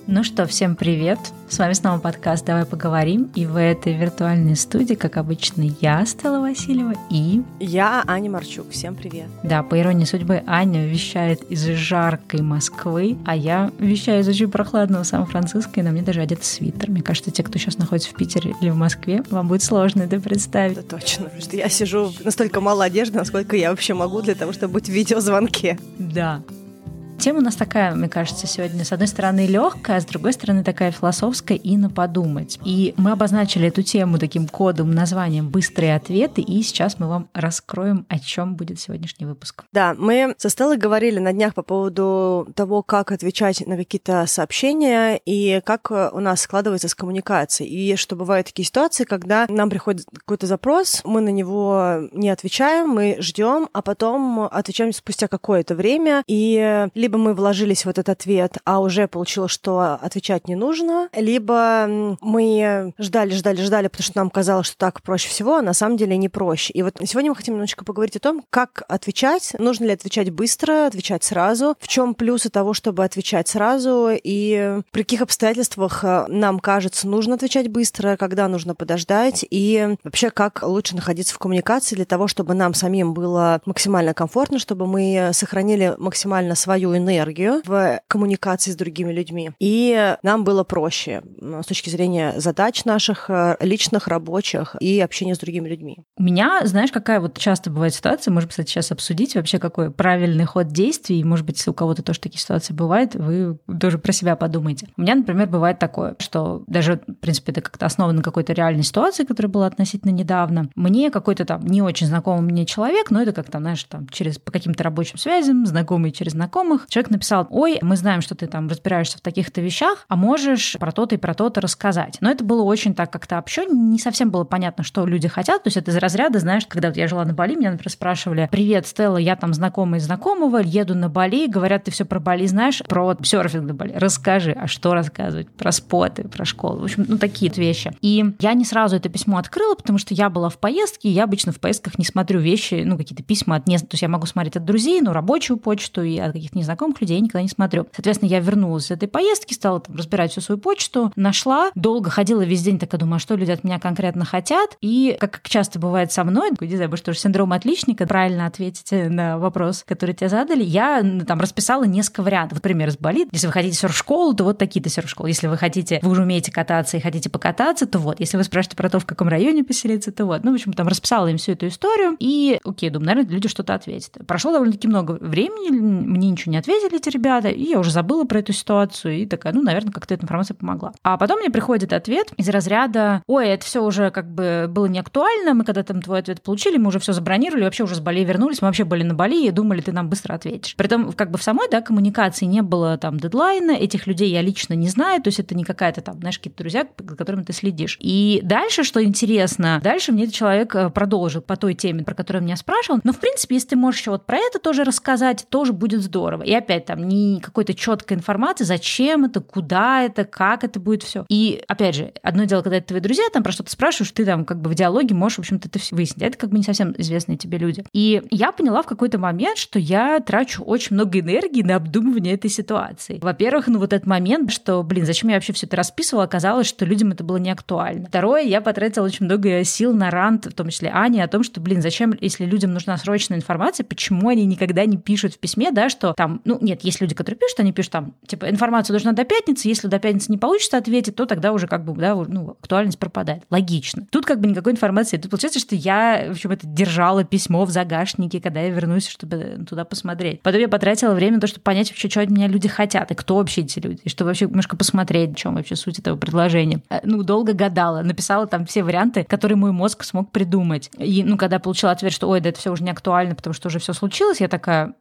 Ну что, всем привет! С вами снова подкаст «Давай поговорим». И в этой виртуальной студии, как обычно, я, Стелла Васильева, и... Я, Аня Марчук. Всем привет! Да, по иронии судьбы, Аня вещает из жаркой Москвы, а я вещаю из очень прохладного Сан-Франциско, и на мне даже одет свитер. Мне кажется, те, кто сейчас находится в Питере или в Москве, вам будет сложно это представить. Это точно, потому что я сижу в настолько мало одежды, насколько я вообще могу для того, чтобы быть в видеозвонке. Да. Тема у нас такая, мне кажется, сегодня, с одной стороны, легкая, а с другой стороны, такая философская и на подумать. И мы обозначили эту тему таким кодом, названием «Быстрые ответы», и сейчас мы вам раскроем, о чем будет сегодняшний выпуск. Да, мы со Стеллой говорили на днях по поводу того, как отвечать на какие-то сообщения и как у нас складывается с коммуникацией. И что бывают такие ситуации, когда нам приходит какой-то запрос, мы на него не отвечаем, мы ждем, а потом отвечаем спустя какое-то время, и либо мы вложились в этот ответ, а уже получилось, что отвечать не нужно, либо мы ждали, потому что нам казалось, что так проще всего, а на самом деле не проще. И вот сегодня мы хотим немножечко поговорить о том, как отвечать, нужно ли отвечать быстро, отвечать сразу, в чем плюсы того, чтобы отвечать сразу, и при каких обстоятельствах нам кажется, нужно отвечать быстро, когда нужно подождать, и вообще, как лучше находиться в коммуникации для того, чтобы нам самим было максимально комфортно, чтобы мы сохранили максимально свою энергию в коммуникации с другими людьми. И нам было проще с точки зрения задач наших, личных, рабочих и общения с другими людьми. У меня, знаешь, какая вот часто бывает ситуация, может, кстати, сейчас обсудить вообще, какой правильный ход действий, может быть, если у кого-то тоже такие ситуации бывают, вы тоже про себя подумайте. У меня, например, бывает такое, что даже, в принципе, это как-то основано на какой-то реальной ситуации, которая была относительно недавно. Мне какой-то там не очень знакомый мне человек, но это как там, знаешь, там по каким-то рабочим связям, знакомый через знакомых, человек написал: ой, мы знаем, что ты там разбираешься в таких-то вещах, а можешь про то-то и про то-то рассказать. Но это было очень так как-то общо, не совсем было понятно, что люди хотят. То есть это из разряда, знаешь, когда вот я жила на Бали, меня, например, спрашивали: привет, Стелла, я там знакомый знакомого, еду на Бали, говорят, ты все про Бали знаешь, про серфинг на Бали. Расскажи, а что рассказывать? Про споты, про школу. В общем, такие вещи. И я не сразу это письмо открыла, потому что я была в поездке, и я обычно в поездках не смотрю вещи, какие-то письма от то есть я могу смотреть от друзей, рабочую почту и от каких-то незнакомых людей я никогда не смотрю. Соответственно, я вернулась с этой поездки, стала там разбирать всю свою почту, нашла, долго ходила весь день, такая думаю, а что люди от меня конкретно хотят. И, как часто бывает со мной, не знаю, может, тоже синдром отличника, правильно ответить на вопрос, который тебе задали, я там расписала несколько вариантов. Например, из Бали, если вы хотите серф-школу, то вот такие-то серф-школы. Если вы уже умеете кататься и хотите покататься, то вот. Если вы спрашиваете про то, в каком районе поселиться, то вот. В общем, там расписала им всю эту историю. И, окей, думаю, наверное, люди что-то ответят. Прошло довольно-таки много времени, мне ничего не ответили эти ребята, и я уже забыла про эту ситуацию, и такая, наверное, как-то эта информация помогла. А потом мне приходит ответ из разряда: ой, это все уже как бы было не актуально, мы когда там твой ответ получили, мы уже все забронировали, вообще уже с Бали вернулись, мы вообще были на Бали и думали, ты нам быстро ответишь. Притом, как бы в самой, коммуникации не было там дедлайна, этих людей я лично не знаю, то есть это не какая-то там, знаешь, какие-то друзья, за которыми ты следишь. И дальше, что интересно, дальше мне этот человек продолжил по той теме, про которую меня спрашивал, но, в принципе, если ты можешь еще вот про это тоже рассказать, тоже будет здорово. И опять там не какой-то четкой информации, зачем это, куда это, как это будет все. И опять же, одно дело, когда это твои друзья там про что-то спрашиваешь, ты там как бы в диалоге можешь, в общем-то, это все выяснить. Это как бы не совсем известные тебе люди. И я поняла в какой-то момент, что я трачу очень много энергии на обдумывание этой ситуации. Во-первых, вот этот момент, что, зачем я вообще все это расписывала, оказалось, что людям это было не актуально. Второе, я потратила очень много сил на рант, в том числе Ани, о том, что, зачем, если людям нужна срочная информация, почему они никогда не пишут в письме, что там, нет, есть люди, которые пишут, они пишут там, информацию должна до пятницы, если до пятницы не получится ответить, то тогда уже актуальность пропадает. Логично. Тут никакой информации. Тут получается, что я, в общем, это держала письмо в загашнике, когда я вернусь, чтобы туда посмотреть. Потом я потратила время на то, чтобы понять вообще, что от меня люди хотят, и кто вообще эти люди, и чтобы вообще немножко посмотреть, в чем вообще суть этого предложения. Долго гадала, написала там все варианты, которые мой мозг смог придумать. И, когда получила ответ, что, ой, да это все уже не актуально, потому что уже все случилось, я такая: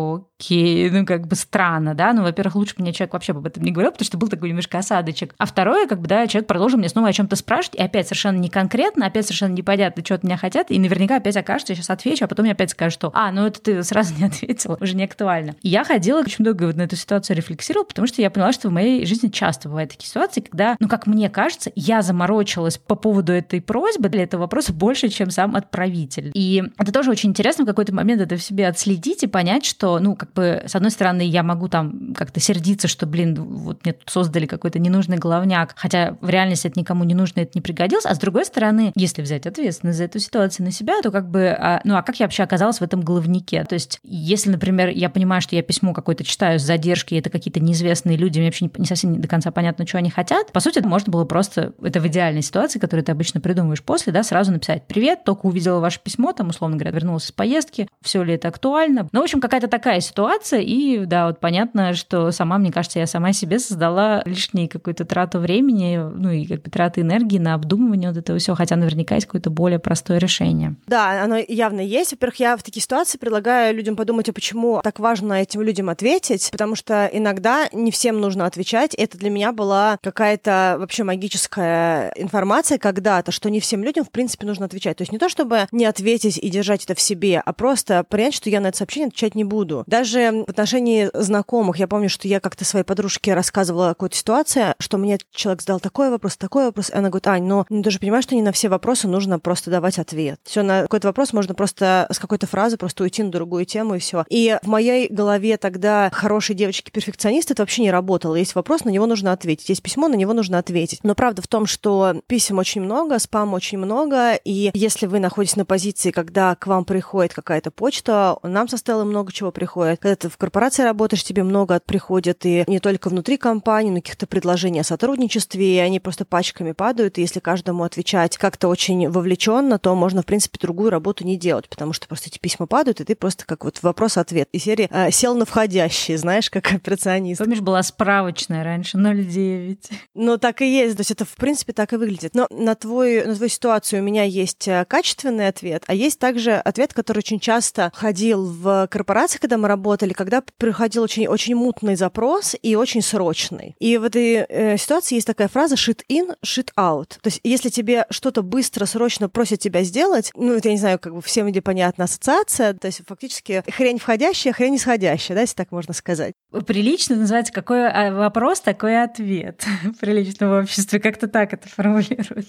окей, странно, да, во-первых, лучше бы мне человек вообще об этом не говорил, потому что был такой немножко осадочек. А второе, человек продолжил мне снова о чем-то спрашивать, и опять совершенно не конкретно, опять совершенно непонятно, что от меня хотят, и наверняка опять окажется, я сейчас отвечу, а потом мне опять скажут, что это ты сразу не ответила, уже не актуально. И я ходила очень много на эту ситуацию рефлексировала, потому что я поняла, что в моей жизни часто бывают такие ситуации, когда, как мне кажется, я заморочилась по поводу этой просьбы, для этого вопроса больше, чем сам отправитель. И это тоже очень интересно в какой-то момент это в себе отследить и понять, что что, с одной стороны, я могу там как-то сердиться, что, вот мне тут создали какой-то ненужный головняк, хотя в реальности это никому не нужно, это не пригодилось. А с другой стороны, если взять ответственность за эту ситуацию на себя, то как я вообще оказалась в этом головнике? То есть, если, например, я понимаю, что я письмо какое-то читаю с задержкой, это какие-то неизвестные люди, мне вообще не совсем до конца понятно, что они хотят, по сути, можно было просто, это в идеальной ситуации, которую ты обычно придумываешь после, да, сразу написать: «Привет, только увидела ваше письмо», там, условно говоря, вернулась из поездки, все ли это актуально. В общем, какая-то такая ситуация, и да, вот понятно, что мне кажется, я сама себе создала лишнюю какую-то трату времени, и трату энергии на обдумывание вот этого всего, хотя наверняка есть какое-то более простое решение. Да, оно явно есть. Во-первых, я в такие ситуации предлагаю людям подумать, а почему так важно этим людям ответить, потому что иногда не всем нужно отвечать. Это для меня была какая-то вообще магическая информация когда-то, что не всем людям, в принципе, нужно отвечать. То есть не то, чтобы не ответить и держать это в себе, а просто принять, что я на это сообщение отвечать не буду. Даже в отношении знакомых, я помню, что я как-то своей подружке рассказывала какую-то ситуацию, что мне человек задал такой вопрос, и она говорит: «Ань, ты же понимаешь, что не на все вопросы нужно просто давать ответ. Все на какой-то вопрос можно просто с какой-то фразы просто уйти на другую тему, и все». И в моей голове тогда хорошей девочки-перфекционист это вообще не работало. Есть вопрос, на него нужно ответить. Есть письмо, на него нужно ответить. Но правда в том, что писем очень много, спама очень много, и если вы находитесь на позиции, когда к вам приходит какая-то почта, нам со Стеллой много чего приходит. Когда ты в корпорации работаешь, тебе много приходит, и не только внутри компании, но каких-то предложений о сотрудничестве, и они просто пачками падают, и если каждому отвечать как-то очень вовлеченно, то можно, в принципе, другую работу не делать, потому что просто эти письма падают, и ты просто как вот вопрос-ответ. И серии сел на входящие, знаешь, как операционист. Помнишь, была справочная раньше, 09. Ну, так и есть, то есть это, в принципе, так и выглядит. Но на твою ситуацию у меня есть качественный ответ, а есть также ответ, который очень часто ходил в корпорации, когда мы работали, когда приходил очень, очень мутный запрос и очень срочный. И в этой ситуации есть такая фраза «shit in, shit out». То есть если тебе что-то быстро, срочно просят тебя сделать, я не знаю, всем где понятна ассоциация, то есть фактически хрень входящая, хрень исходящая, да, если так можно сказать. Прилично называется «какой вопрос, такой ответ». Прилично в обществе как-то так это формулируют.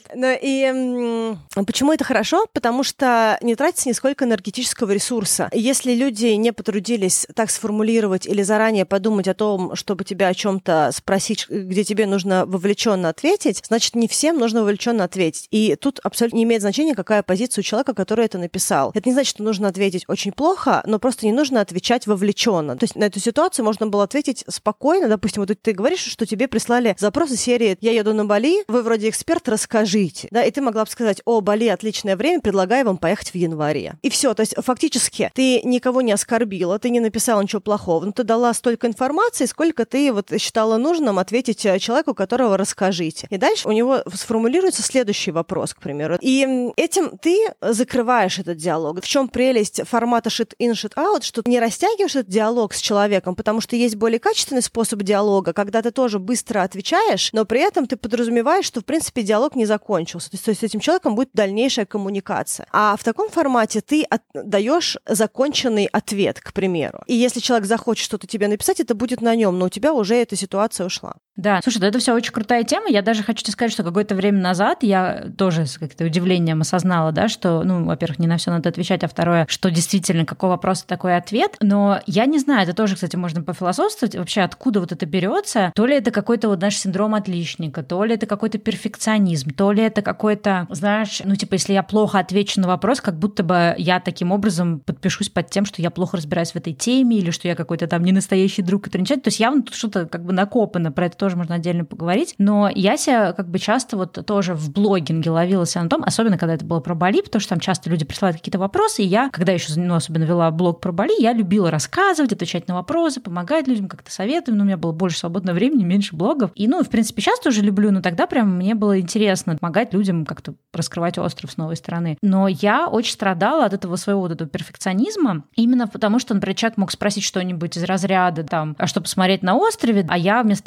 И почему это хорошо? Потому что не тратится нисколько энергетического ресурса. Если люди не потрудились так сформулировать или заранее подумать о том, чтобы тебя о чем-то спросить, где тебе нужно вовлеченно ответить, значит, не всем нужно вовлеченно ответить. И тут абсолютно не имеет значения, какая позиция у человека, который это написал. Это не значит, что нужно ответить очень плохо, но просто не нужно отвечать вовлеченно. То есть на эту ситуацию можно было ответить спокойно. Допустим, вот ты говоришь, что тебе прислали запрос из серии «Я еду на Бали, вы вроде эксперт, расскажите». Да, и ты могла бы сказать: «О, Бали, отличное время, предлагаю вам поехать в январе». И все. То есть фактически ты никого не оскорбила, ты не написала ничего плохого, но ты дала столько информации, сколько ты считала нужным ответить человеку, которого расскажите. И дальше у него сформулируется следующий вопрос, к примеру. И этим ты закрываешь этот диалог. В чем прелесть формата shit in, shit out, что ты не растягиваешь этот диалог с человеком, потому что есть более качественный способ диалога, когда ты тоже быстро отвечаешь, но при этом ты подразумеваешь, что, в принципе, диалог не закончился. То есть с этим человеком будет дальнейшая коммуникация. А в таком формате ты даешь законченный ответ, к примеру. И если человек захочет что-то тебе написать, это будет на нем, но у тебя уже эта ситуация ушла. Да, слушай, это все очень крутая тема. Я даже хочу тебе сказать, что какое-то время назад я тоже с каким-то удивлением осознала, да, что, во-первых, не на все надо отвечать, а второе, что действительно, какой вопрос, такой ответ. Но я не знаю, это тоже, кстати, можно пофилософствовать, вообще откуда вот это берется. То ли это какой-то наш синдром отличника, то ли это какой-то перфекционизм, то ли это какой-то, знаешь, если я плохо отвечу на вопрос, как будто бы я таким образом подпишусь под тем, что я плохо разбираюсь в этой теме или что я какой-то там ненастоящий друг, который не читает. То есть явно тут что-то накопано, про это тоже можно отдельно поговорить. Но я себя часто тоже в блогинге ловила себя на том, особенно когда это было про Бали, потому что там часто люди присылают какие-то вопросы, и я, когда еще особенно вела блог про Бали, я любила рассказывать, отвечать на вопросы, помогать людям, как-то советовать, но у меня было больше свободного времени, меньше блогов. И, в принципе, сейчас тоже люблю, но тогда прям мне было интересно помогать людям как-то раскрывать остров с новой стороны. Но я очень страдала от этого своего этого перфекционизма, именно потому что, например, человек мог спросить что-нибудь из разряда, а что посмотреть на острове, а я вместо того, чтобы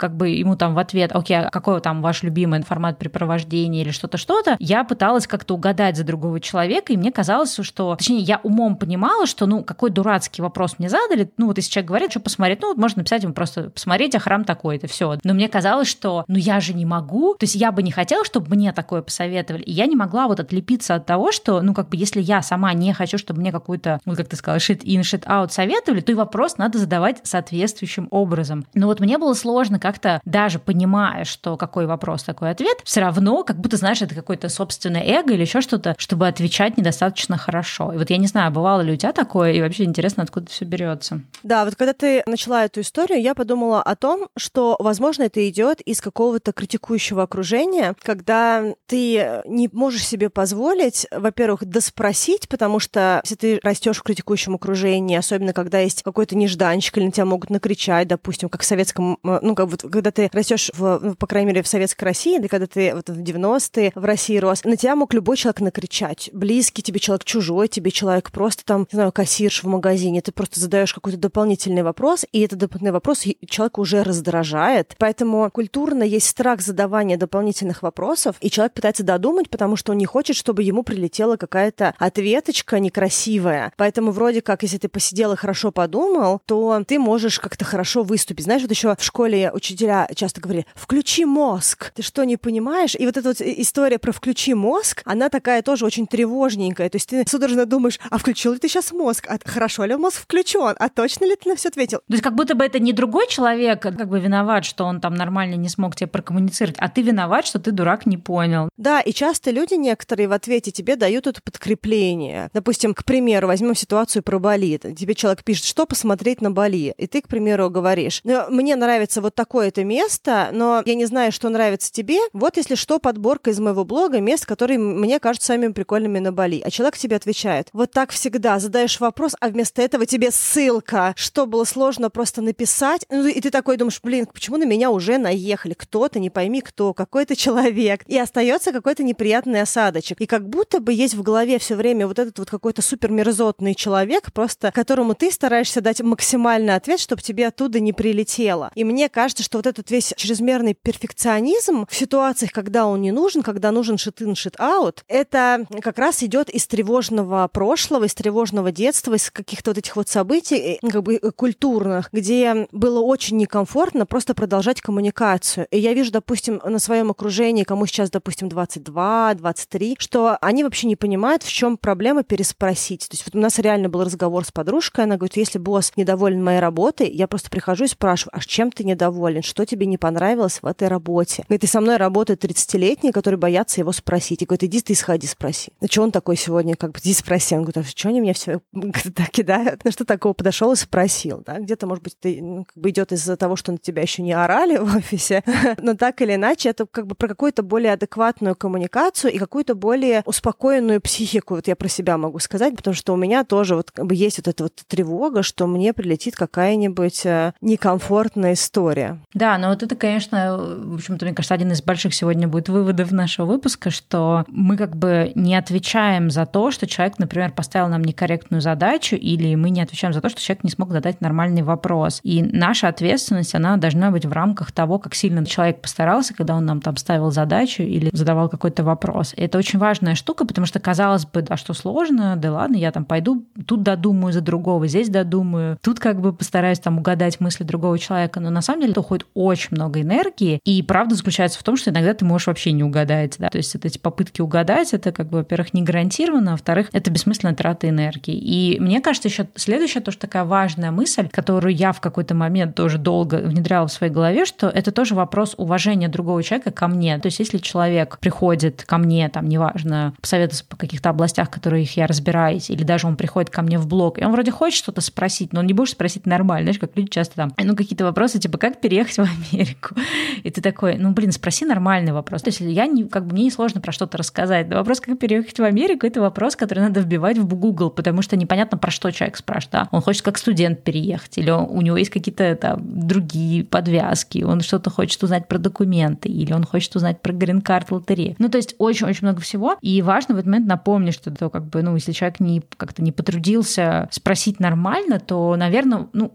как бы ему там в ответ: окей, а какой там ваш любимый формат препровождения или что-то, я пыталась как-то угадать за другого человека, и мне казалось, что... Точнее, я умом понимала, что, какой дурацкий вопрос мне задали. Вот если человек говорит, что посмотреть, вот можно написать ему просто: посмотреть, а храм такой-то, все. Но мне казалось, что, я же не могу. То есть я бы не хотела, чтобы мне такое посоветовали. И я не могла вот отлепиться от того, что, если я сама не хочу, чтобы мне какую-то, как ты сказала, shit in, shit out советовали, то и вопрос надо задавать соответствующим образом. Но вот мне было сложно как-то, даже понимая, что какой вопрос, такой ответ, все равно, как будто, знаешь, это какое-то собственное эго или еще что-то, чтобы отвечать недостаточно хорошо. И вот я не знаю, бывало ли у тебя такое, и вообще интересно, откуда все берется. Да, вот когда ты начала эту историю, я подумала о том, что, возможно, это идет из какого-то критикующего окружения, когда ты не можешь себе позволить, во-первых, доспросить, потому что если ты растешь в критикующем окружении, особенно когда есть какой-то нежданчик, или на тебя могут накричать, допустим, как в советском, когда ты растешь по крайней мере, в Советской России, или когда ты в 90-е в России рос, на тебя мог любой человек накричать. Близкий тебе человек, чужой тебе человек, просто там, не знаю, кассирш в магазине, ты просто задаешь какой-то дополнительный вопрос, и этот дополнительный вопрос человека уже раздражает. Поэтому культурно есть страх задавания дополнительных вопросов, и человек пытается додумать, потому что он не хочет, чтобы ему прилетела какая-то ответочка некрасивая. Поэтому вроде как, если ты посидел и хорошо подумал, то ты можешь как-то хорошо выступить. Знаешь, вот еще в школе учителя часто говорили: включи мозг. Ты что, не понимаешь? И вот эта вот история про включи мозг, она такая тоже очень тревожненькая. То есть ты судорожно думаешь: а включил ли ты сейчас мозг? А хорошо ли мозг включен? А точно ли ты на все ответил? То есть как будто бы это не другой человек как бы виноват, что он там нормально не смог тебе прокоммуницировать, а ты виноват, что ты, дурак, не понял. Да, и часто люди некоторые в ответе тебе дают это подкрепление. Допустим, к примеру, возьмем ситуацию про Бали. Тебе человек пишет: что посмотреть на Бали? И ты, к примеру, говоришь: мне нравится вот такое-то место, но я не знаю, что нравится тебе. Вот, если что, подборка из моего блога мест, которые мне кажутся самыми прикольными на Бали. А человек тебе отвечает: вот так всегда. Задаешь вопрос, а вместо этого тебе ссылка. Что было сложно просто написать? И ты такой думаешь: блин, почему на меня уже наехали? Кто-то, не пойми кто, какой-то человек. И остается какой-то неприятный осадочек. И как будто бы есть в голове все время вот этот вот какой-то супермерзотный человек, просто которому ты стараешься дать максимальный ответ, чтобы тебе оттуда не прилетело. И мне кажется, что вот этот весь чрезмерный перфекционизм в ситуациях, когда он не нужен, когда нужен shit in, shit out, это как раз идет из тревожного прошлого, из тревожного детства, из каких-то вот этих вот событий, как бы культурных, где было очень некомфортно просто продолжать коммуникацию. И я вижу, допустим, на своем окружении, кому сейчас, допустим, 22, 23, что они вообще не понимают, в чем проблема переспросить. То есть вот у нас реально был разговор с подружкой, она говорит: если босс недоволен моей работой, я просто прихожу и спрашиваю: а чем ты недоволен? Что тебе не понравилось в этой работе? Говорит: и со мной работают 30-летние, которые боятся его спросить. И говорит: иди ты сходи, спроси. Ну, что он такой сегодня? Как бы иди спроси. Он говорит: а что они меня все так кидают? Ну, что такого? Подошел и спросил, да? Где-то, может быть, ты как бы идет из-за того, что на тебя еще не орали в офисе, но так или иначе это как бы про какую-то более адекватную коммуникацию и какую-то более успокоенную психику. Вот я про себя могу сказать, потому что у меня тоже вот как бы есть вот эта вот тревога, что мне прилетит какая-нибудь некомфортная история. Да, но вот это, конечно, в общем-то, мне кажется, один из больших сегодня будет выводов нашего выпуска, что мы как бы не отвечаем за то, что человек, например, поставил нам некорректную задачу, или мы не отвечаем за то, что человек не смог задать нормальный вопрос. И наша ответственность, она должна быть в рамках того, как сильно человек постарался, когда он нам там ставил задачу или задавал какой-то вопрос. И это очень важная штука, потому что, казалось бы, а что сложно? Да ладно, я там пойду, тут додумаю за другого, здесь додумаю, тут как бы постараюсь там угадать мысли другого человека. Но на самом деле это уходит очень много энергии, и правда заключается в том, что иногда ты можешь вообще не угадать. Да? То есть эти попытки угадать, это как бы, во-первых, не гарантированно, а во-вторых, это бессмысленная трата энергии. И мне кажется, еще следующая тоже такая важная мысль, которую я в какой-то момент тоже долго внедряла в своей голове, что это тоже вопрос уважения другого человека ко мне. То есть если человек приходит ко мне, там, неважно, посоветоваться по каких-то областях, которых я разбираюсь, или даже он приходит ко мне в блог, и он вроде хочет что-то спросить, но он не будет спросить нормально. Знаешь, как люди часто там, какие-то вопросы, типа, как переехать в Америку? И ты такой: спроси нормальный вопрос. То есть я мне несложно про что-то рассказать. Но вопрос, как переехать в Америку, это вопрос, который надо вбивать в Google, потому что непонятно, про что человек спрашивает. Да? Он хочет как студент переехать, или у него есть какие-то там другие подвязки, он что-то хочет узнать про документы, или он хочет узнать про грин-карт, лотерею. То есть очень-очень много всего. И важно в этот момент напомнить, что если человек как-то не потрудился спросить нормально, то, наверное,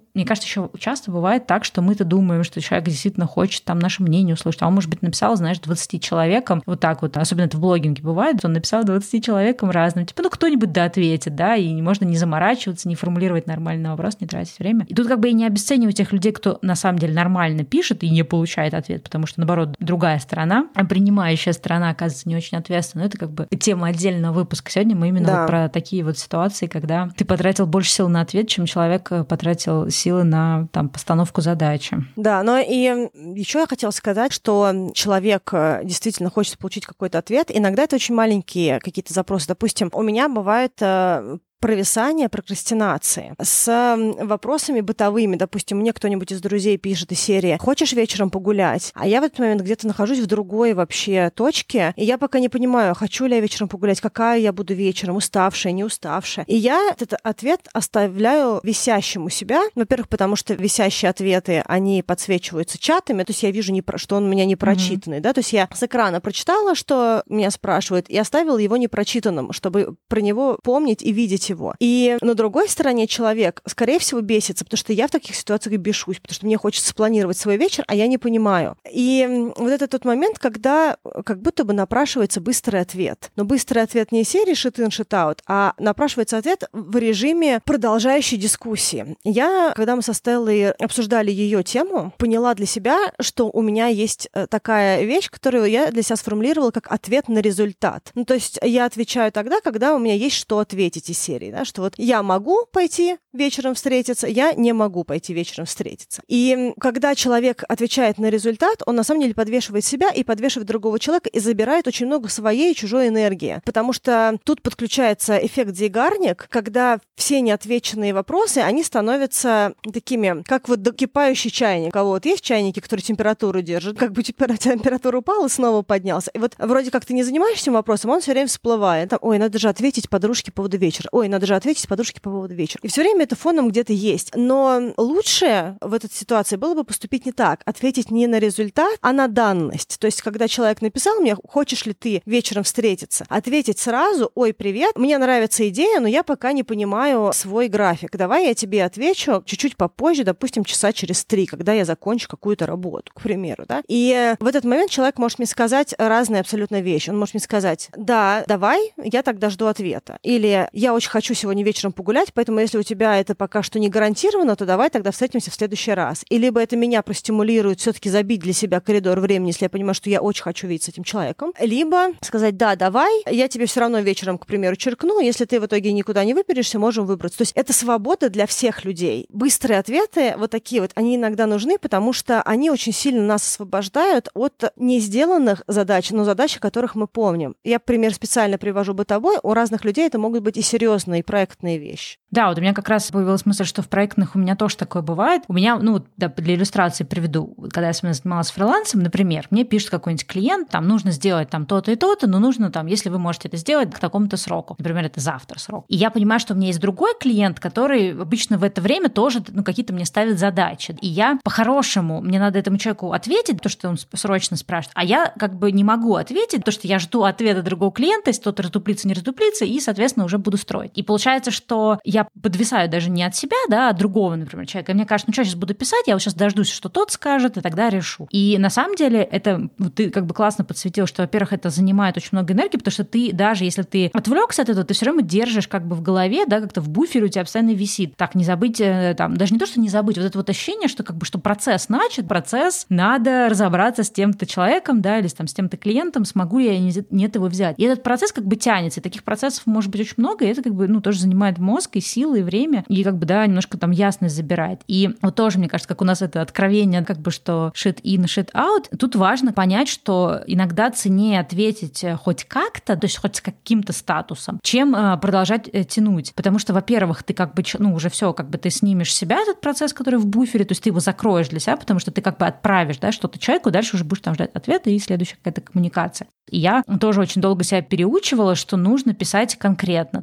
мне кажется, еще часто бывает так, что мы-то думаем, что человек действительно хочет там наше мнение услышать, а он, может быть, написал, знаешь, 20 человекам, вот так вот, особенно это в блогинге бывает, он написал 20 человекам разным, типа, кто-нибудь да ответит, да, и можно не заморачиваться, не формулировать нормальный вопрос, не тратить время. И тут как бы и не обесценивать тех людей, кто на самом деле нормально пишет и не получает ответ, потому что, наоборот, другая сторона, принимающая сторона, оказывается, не очень ответственна. Это как бы тема отдельного выпуска. Сегодня мы именно вот про такие вот ситуации, когда ты потратил больше сил на ответ, чем человек потратил силы на там, постановку задачи. Да, но и еще я хотела сказать, что человек действительно хочет получить какой-то ответ. Иногда это очень маленькие какие-то запросы. Допустим, у меня бывает провисание, прокрастинации с вопросами бытовыми. Допустим, мне кто-нибудь из друзей пишет из серии «Хочешь вечером погулять?», а я в этот момент где-то нахожусь в другой вообще точке, и я пока не понимаю, хочу ли я вечером погулять, какая я буду вечером, уставшая, не уставшая. И я этот ответ оставляю висящим у себя. Во-первых, потому что висящие ответы, они подсвечиваются чатами, то есть я вижу, что он у меня не прочитанный, да, то есть я с экрана прочитала, что меня спрашивают, и оставила его непрочитанным, чтобы про него помнить и видеть его. И на другой стороне человек, скорее всего, бесится, потому что я в таких ситуациях бешусь, потому что мне хочется спланировать свой вечер, а я не понимаю. И вот это тот момент, когда как будто бы напрашивается быстрый ответ. Но быстрый ответ не из серии shit in, shit out, а напрашивается ответ в режиме продолжающей дискуссии. Я, когда мы со Стеллой обсуждали ее тему, поняла для себя, что у меня есть такая вещь, которую я для себя сформулировала как ответ на результат. Ну, то есть я отвечаю тогда, когда у меня есть что ответить из серии. Да, что вот я могу пойти вечером встретиться, я не могу пойти вечером встретиться. И когда человек отвечает на результат, он на самом деле подвешивает себя и подвешивает другого человека и забирает очень много своей и чужой энергии. Потому что тут подключается эффект Зейгарник, когда все неотвеченные вопросы, они становятся такими, как вот докипающий чайник. У кого вот есть чайники, которые температуру держат, как бы температура упала и снова поднялся. И вот вроде как ты не занимаешься вопросом, он все время всплывает. Там, ой, надо же ответить подружке по поводу вечера. Ой, надо же ответить подружке по поводу вечера. И все время это фоном где-то есть. Но лучше в этой ситуации было бы поступить не так. Ответить не на результат, а на данность. То есть, когда человек написал мне, хочешь ли ты вечером встретиться, ответить сразу, ой, привет, мне нравится идея, но я пока не понимаю свой график. Давай я тебе отвечу чуть-чуть попозже, допустим, часа через 3, когда я закончу какую-то работу, к примеру, да. И в этот момент человек может мне сказать разные абсолютно вещи. Он может мне сказать, да, давай, я тогда жду ответа. Или я очень хочу сегодня вечером погулять, поэтому если у тебя это пока что не гарантировано, то давай тогда встретимся в следующий раз. И либо это меня простимулирует все-таки забить для себя коридор времени, если я понимаю, что я очень хочу видеть с этим человеком. Либо сказать, да, давай, я тебе все равно вечером, к примеру, черкну, если ты в итоге никуда не выберешься, можем выбраться. То есть это свобода для всех людей. Быстрые ответы, вот такие вот, они иногда нужны, потому что они очень сильно нас освобождают от не сделанных задач, но задач, о которых мы помним. Я пример специально привожу бытовой. У разных людей это могут быть и серьезные проектные вещи. Да, вот у меня как раз появилась мысль, что в проектных у меня тоже такое бывает. У меня, для иллюстрации приведу, когда я занималась фрилансом, например, мне пишет какой-нибудь клиент, там, нужно сделать там то-то и то-то, но нужно там, если вы можете это сделать к такому-то сроку. Например, это завтра срок. И я понимаю, что у меня есть другой клиент, который обычно в это время тоже, какие-то мне ставит задачи. И я по-хорошему, мне надо этому человеку ответить, то, что он срочно спрашивает, а я как бы не могу ответить, то, что я жду ответа другого клиента, если тот разduплится, не разduплится, и, соответственно, уже буду строить. И получается, что я подвисаю даже не от себя, да, а от другого, например, человека. И мне кажется, что я сейчас буду писать, я вот сейчас дождусь, что тот скажет, и тогда решу. И на самом деле это ты как бы классно подсветил, что, во-первых, это занимает очень много энергии, потому что ты, даже если ты отвлекся от этого, ты все равно держишь как бы в голове, да, как-то в буфере у тебя постоянно висит. Так, не забыть, там, даже не то, что не забыть, вот это вот ощущение, что как бы, что процесс начат, процесс, надо разобраться с тем-то человеком, да, или там, с тем-то клиентом, смогу я нет его взять. И этот процесс как бы тянется, и таких процессов может быть очень много, и это как бы, тоже занимает мозг и силы, и время, и как бы, да, немножко там ясность забирает. И вот тоже, мне кажется, как у нас это откровение, как бы, что shit in, shit out, тут важно понять, что иногда ценнее ответить хоть как-то, то есть хоть с каким-то статусом, чем продолжать тянуть. Потому что, во-первых, ты как бы, уже все, как бы ты снимешь с себя этот процесс, который в буфере, то есть ты его закроешь для себя, потому что ты как бы отправишь, да, что-то человеку, дальше уже будешь там ждать ответа и следующая какая-то коммуникация. И я тоже очень долго себя переучивала, что нужно писать конкретно.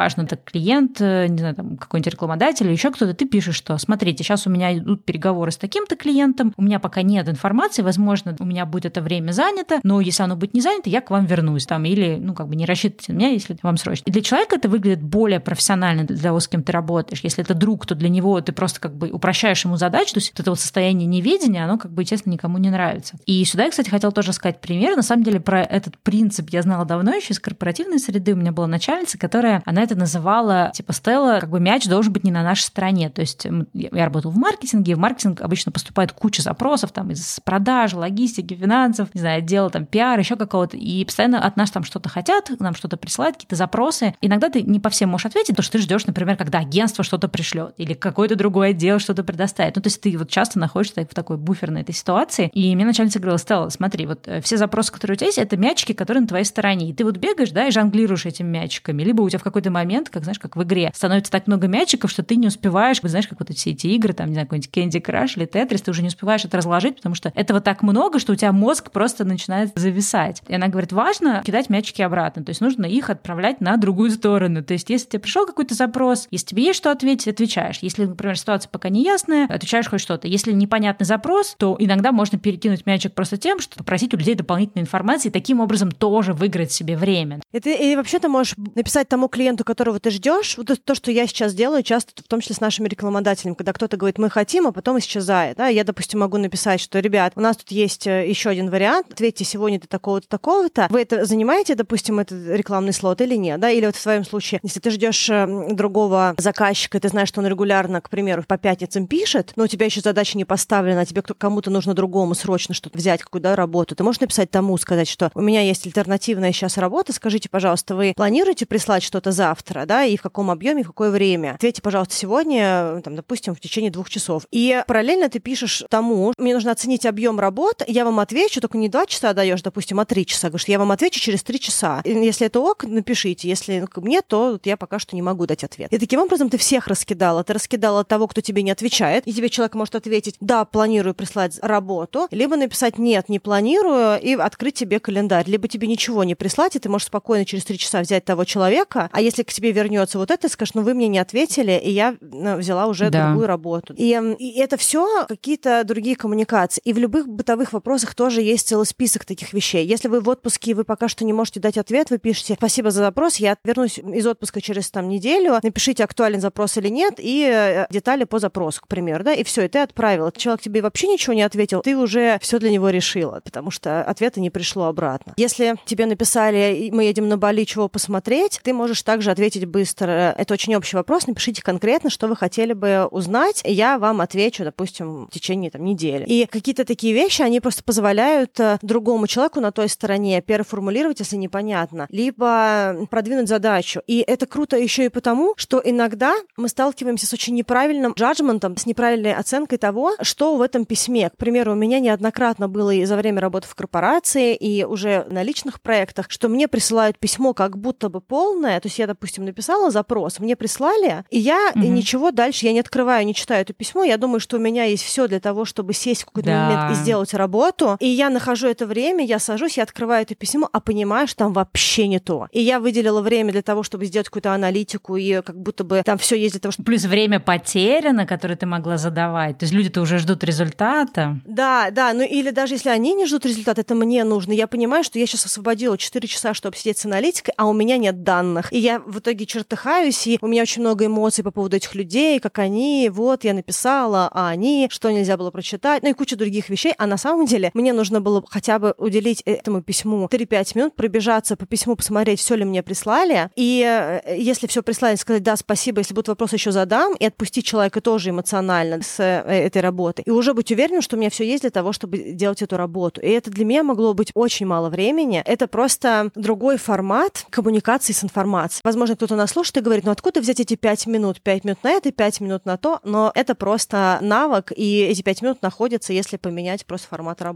неважно, это клиент, не знаю, там какой-нибудь рекламодатель или еще кто-то, ты пишешь, что смотрите, сейчас у меня идут переговоры с таким-то клиентом, у меня пока нет информации, возможно, у меня будет это время занято, но если оно будет не занято, я к вам вернусь там, или, не рассчитывайте на меня, если вам срочно. И для человека это выглядит более профессионально, для того, с кем ты работаешь. Если это друг, то для него ты просто упрощаешь ему задачу, то есть вот это вот состояние неведения, оно, естественно, никому не нравится. И сюда я, кстати, хотела тоже сказать пример. На самом деле про этот принцип я знала давно еще из корпоративной среды. У меня была начальница, которая, она это называла, Стелла, мяч должен быть не на нашей стороне. То есть я работала в маркетинге, и в маркетинг обычно поступает куча запросов там из продаж, логистики, финансов, не знаю, отдела там пиар, еще какого-то. И постоянно от нас там что-то хотят, нам что-то присылают, какие-то запросы. Иногда ты не по всем можешь ответить, потому что ты ждешь, например, когда агентство что-то пришлет или какой-то другой отдел что-то предоставит. То есть ты часто находишься в такой буферной этой ситуации. И мне начальница говорила: Стелла, смотри, все запросы, которые у тебя есть, это мячики, которые на твоей стороне. И ты бегаешь, да, и жонглируешь этими мячиками. Либо у тебя в какой-то момент, как в игре, становится так много мячиков, что ты не успеваешь, как все эти игры, там, не знаю, какой-нибудь Candy Crush или Tetris, ты уже не успеваешь это разложить, потому что этого так много, что у тебя мозг просто начинает зависать. И она говорит, важно кидать мячики обратно, то есть нужно их отправлять на другую сторону. То есть если тебе пришел какой-то запрос, если тебе есть что ответить, отвечаешь. Если, например, ситуация пока не ясная, отвечаешь хоть что-то. Если непонятный запрос, то иногда можно перекинуть мячик просто тем, что попросить у людей дополнительной информации, и таким образом тоже выиграть себе время. И вообще ты можешь написать тому клиенту, которого ты ждешь, то, что я сейчас делаю, часто в том числе с нашими рекламодателями, когда кто-то говорит, мы хотим, а потом исчезает. Да? Я, допустим, могу написать, что, ребят, у нас тут есть еще один вариант, ответьте сегодня до такого-то, такого-то. Вы это занимаете, допустим, этот рекламный слот или нет? Да? Или в твоем случае, если ты ждешь другого заказчика, и ты знаешь, что он регулярно, к примеру, по пятницам пишет, но у тебя еще задача не поставлена, а тебе кому-то нужно другому срочно что-то взять, какую-то работу, ты можешь написать тому, сказать, что у меня есть альтернативная сейчас работа, скажите, пожалуйста, вы планируете прислать что-то завтра, да, и в каком объеме, в какое время? Ответьте, пожалуйста, сегодня, там, допустим, в течение 2 часов. И параллельно ты пишешь тому, мне нужно оценить объем работ, я вам отвечу, только не 2 часа даешь, допустим, а 3 часа. Говоришь, я вам отвечу через 3 часа. И если это ок, напишите. Если нет, то я пока что не могу дать ответ. И таким образом ты всех раскидала. Ты раскидала того, кто тебе не отвечает, и тебе человек может ответить, да, планирую прислать работу, либо написать, нет, не планирую, и открыть тебе календарь. Либо тебе ничего не прислать, и ты можешь спокойно через 3 часа взять того человека, а если к тебе вернется вот это, скажешь, вы мне не ответили, и я взяла уже другую работу. И это все какие-то другие коммуникации. И в любых бытовых вопросах тоже есть целый список таких вещей. Если вы в отпуске, и вы пока что не можете дать ответ, вы пишете, спасибо за запрос, я вернусь из отпуска через неделю, напишите, актуален запрос или нет, и детали по запросу, к примеру, да, и все, и ты отправила. Человек тебе вообще ничего не ответил, ты уже все для него решила, потому что ответа не пришло обратно. Если тебе написали, мы едем на Бали, чего посмотреть, ты можешь также ответить быстро. Это очень общий вопрос, напишите конкретно, что вы хотели бы узнать, и я вам отвечу, допустим, в течение недели. И какие-то такие вещи, они просто позволяют другому человеку на той стороне переформулировать, если непонятно, либо продвинуть задачу. И это круто еще и потому, что иногда мы сталкиваемся с очень неправильным джаджментом, с неправильной оценкой того, что в этом письме. К примеру, у меня неоднократно было и за время работы в корпорации, и уже на личных проектах, что мне присылают письмо как будто бы полное, то есть я, допустим, написала запрос, мне прислали, и я ничего дальше, я не открываю, не читаю это письмо, я думаю, что у меня есть все для того, чтобы сесть в какой-то момент и сделать работу, и я нахожу это время, я сажусь, я открываю это письмо, а понимаю, что там вообще не то. И я выделила время для того, чтобы сделать какую-то аналитику, и как будто бы там все есть для того, чтобы... Плюс время потеряно, которое ты могла задавать. То есть люди-то уже ждут результата. Да, или даже если они не ждут результата, это мне нужно. Я понимаю, что я сейчас освободила 4 часа, чтобы сидеть с аналитикой, а у меня нет данных. И я в итоге чертыхаюсь, и у меня очень много эмоций по поводу этих людей, как они, вот, я написала, а они, что нельзя было прочитать, и куча других вещей. А на самом деле мне нужно было хотя бы уделить этому письму 3-5 минут, пробежаться по письму, посмотреть, все ли мне прислали. И если все прислали, сказать, да, спасибо, если будут вопросы, еще задам, и отпустить человека тоже эмоционально с этой работы. И уже быть уверенным, что у меня все есть для того, чтобы делать эту работу. И это для меня могло быть очень мало времени. Это просто другой формат коммуникации с информацией. Возможно, кто-то нас слушает и говорит, откуда взять эти 5 минут? 5 минут на это, 5 минут на то. Но это просто навык, и эти 5 минут находятся, если поменять просто формат работы.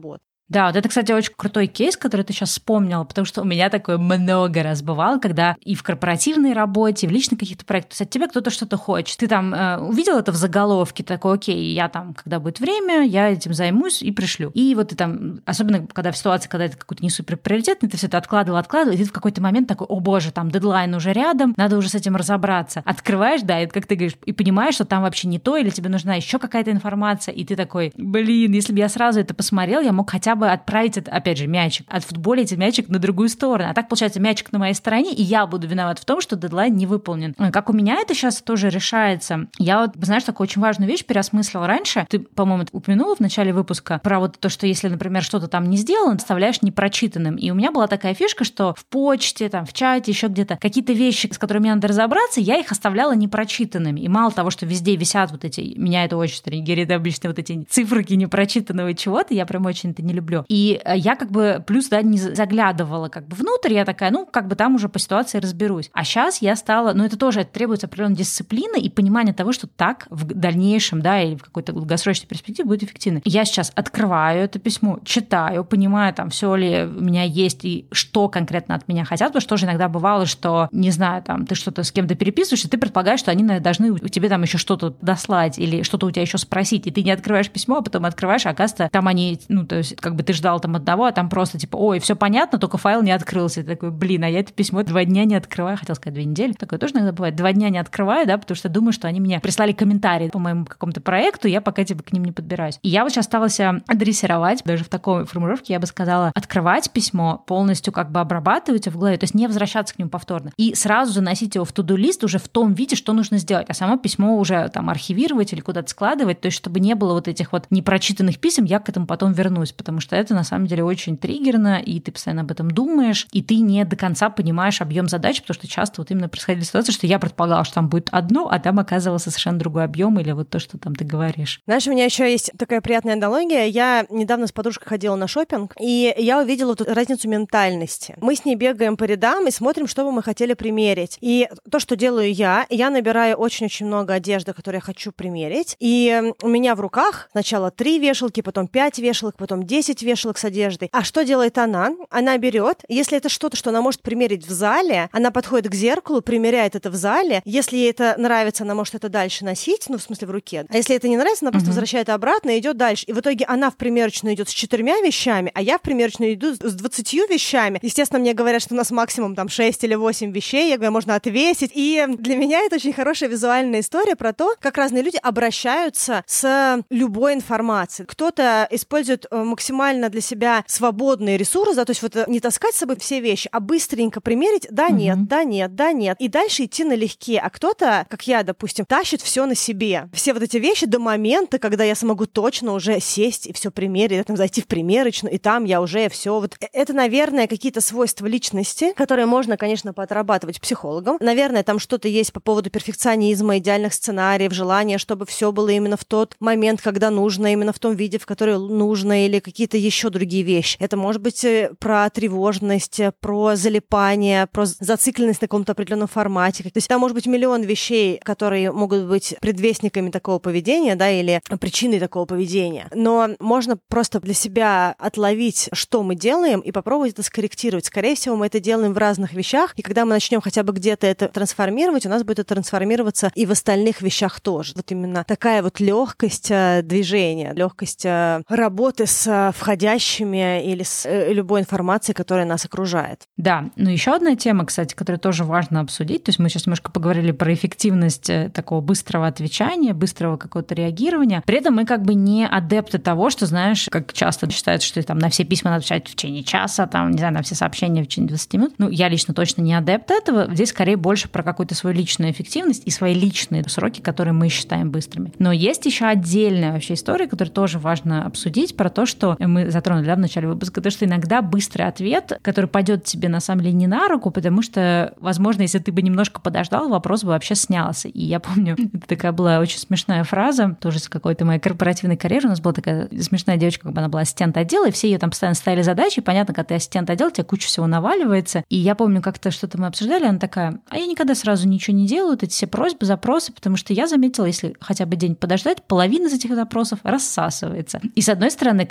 Да, вот это, кстати, очень крутой кейс, который ты сейчас вспомнила, потому что у меня такое много раз бывало, когда и в корпоративной работе, и в личных каких-то проектах, то есть от тебя кто-то что-то хочет. Ты там увидел это в заголовке, такой, окей, я там, когда будет время, я этим займусь и пришлю. И вот ты там, особенно когда в ситуации, когда это какой-то не супер приоритетный, ты все это откладывал, и ты в какой-то момент такой, о боже, там дедлайн уже рядом, надо уже с этим разобраться. Открываешь, да, и как ты говоришь, и понимаешь, что там вообще не то, или тебе нужна еще какая-то информация, и ты такой, блин, если бы я сразу это посмотрел, я мог хотя бы отправить, опять же, мячик, отфутболить мячик на другую сторону. А так, получается, мячик на моей стороне, и я буду виноват в том, что дедлайн не выполнен. Как у меня это сейчас тоже решается. Я вот, знаешь, такую очень важную вещь переосмыслила раньше. Ты, по-моему, упомянула в начале выпуска про вот то, что если, например, что-то там не сделано, оставляешь непрочитанным. И у меня была такая фишка, что в почте, там, в чате, еще где-то какие-то вещи, с которыми мне надо разобраться, я их оставляла непрочитанными. И мало того, что везде висят вот эти, меня это очень триггерит обычно, вот эти циферки непрочитанного чего-то, я прям очень это не люблю. И я как бы плюс, да, не заглядывала как бы внутрь, я такая, ну, как бы там уже по ситуации разберусь. А сейчас я стала, ну, это тоже требуется определенной дисциплины и понимания того, что так в дальнейшем, да, или в какой-то долгосрочной перспективе будет эффективно. Я сейчас открываю это письмо, читаю, понимаю, там, все ли у меня есть и что конкретно от меня хотят, потому что тоже иногда бывало, что, не знаю, там, ты что-то с кем-то переписываешься, ты предполагаешь, что они должны у тебя там еще что-то дослать или что-то у тебя еще спросить, и ты не открываешь письмо, а потом открываешь, а оказывается, там они, ну, то есть, как бы ты ждал там одного, а там просто типа, ой, все понятно, только файл не открылся. И ты такой, блин, а я это письмо 2 дня не открываю, хотел сказать 2 недели, такое тоже иногда бывает, 2 дня не открываю, да, потому что думаю, что они мне прислали комментарий по моему какому-то проекту, я пока типа к ним не подбираюсь. И я вот сейчас стала себя адресировать, даже в такой формулировке я бы сказала, открывать письмо, полностью как бы обрабатывать его в голове, то есть не возвращаться к нему повторно, и сразу заносить его в to-do-лист уже в том виде, что нужно сделать, а само письмо уже там архивировать или куда-то складывать, то есть чтобы не было вот этих вот непрочитанных писем, я к этому потом вернусь, потому что это на самом деле очень триггерно, и ты постоянно об этом думаешь, и ты не до конца понимаешь объем задач, потому что часто вот именно происходили ситуации, что я предполагала, что там будет одно, а там оказывался совершенно другой объем или вот то, что там ты говоришь. Знаешь, у меня еще есть такая приятная аналогия. Я недавно с подружкой ходила на шопинг, и я увидела тут разницу ментальности. Мы с ней бегаем по рядам и смотрим, что бы мы хотели примерить. И то, что делаю я набираю очень-очень много одежды, которую я хочу примерить, и у меня в руках сначала 3 вешалки, потом 5 вешалок, потом 10 вешалок с одеждой. А что делает она? Она берет, если это что-то, что она может примерить в зале, она подходит к зеркалу, примеряет это в зале. Если ей это нравится, она может это дальше носить, ну, в смысле, в руке. А если это не нравится, она просто возвращает обратно и идет дальше. И в итоге она в примерочную идет с 4 вещами, а я в примерочную иду с 20 вещами. Естественно, мне говорят, что у нас максимум там 6 или 8 вещей. Я говорю, можно отвесить. И для меня это очень хорошая визуальная история про то, как разные люди обращаются с любой информацией. Кто-то использует максимально для себя свободные ресурсы, да, то есть вот не таскать с собой все вещи, а быстренько примерить, да, нет, да, нет, да, нет, и дальше идти налегке. А кто-то, как я, допустим, тащит все на себе. Все вот эти вещи до момента, когда я смогу точно уже сесть и все примерить, там, зайти в примерочную, и там я уже все вот... Это, наверное, какие-то свойства личности, которые можно, конечно, поотрабатывать психологом. Наверное, там что-то есть по поводу перфекционизма, идеальных сценариев, желания, чтобы все было именно в тот момент, когда нужно, именно в том виде, в который нужно, или какие-то еще другие вещи. Это может быть про тревожность, про залипание, про зацикленность на каком-то определенном формате. То есть там может быть миллион вещей, которые могут быть предвестниками такого поведения, да, или причиной такого поведения. Но можно просто для себя отловить, что мы делаем, и попробовать это скорректировать. Скорее всего, мы это делаем в разных вещах, и когда мы начнем хотя бы где-то это трансформировать, у нас будет это трансформироваться и в остальных вещах тоже. Вот именно такая вот легкость движения, легкость работы с входящими или с любой информацией, которая нас окружает. Да, но еще одна тема, кстати, которую тоже важно обсудить, то есть мы сейчас немножко поговорили про эффективность такого быстрого отвечания, быстрого какого-то реагирования. При этом мы как бы не адепты того, что, знаешь, как часто считается, что там на все письма надо отвечать в течение часа, там, не знаю, на все сообщения в течение 20 минут. Ну, я лично точно не адепт этого. Здесь скорее больше про какую-то свою личную эффективность и свои личные сроки, которые мы считаем быстрыми. Но есть еще отдельная вообще история, которую тоже важно обсудить, про то, что мы затронули, да, в начале выпуска, то, что иногда быстрый ответ, который пойдет тебе на самом деле не на руку, потому что, возможно, если ты бы немножко подождал, вопрос бы вообще снялся. И я помню, это такая была очень смешная фраза, тоже с какой-то моей корпоративной карьеры. У нас была такая смешная девочка, как бы она была ассистент отдела, и все ее там постоянно ставили задачи. И понятно, когда ты ассистент отдела, тебе куча всего наваливается. И я помню, как-то что-то мы обсуждали, она такая, а я никогда сразу ничего не делаю, эти все просьбы, запросы, потому что я заметила, если хотя бы день подождать, половина из этих запросов рассасывается. И с одной стороны, кажется,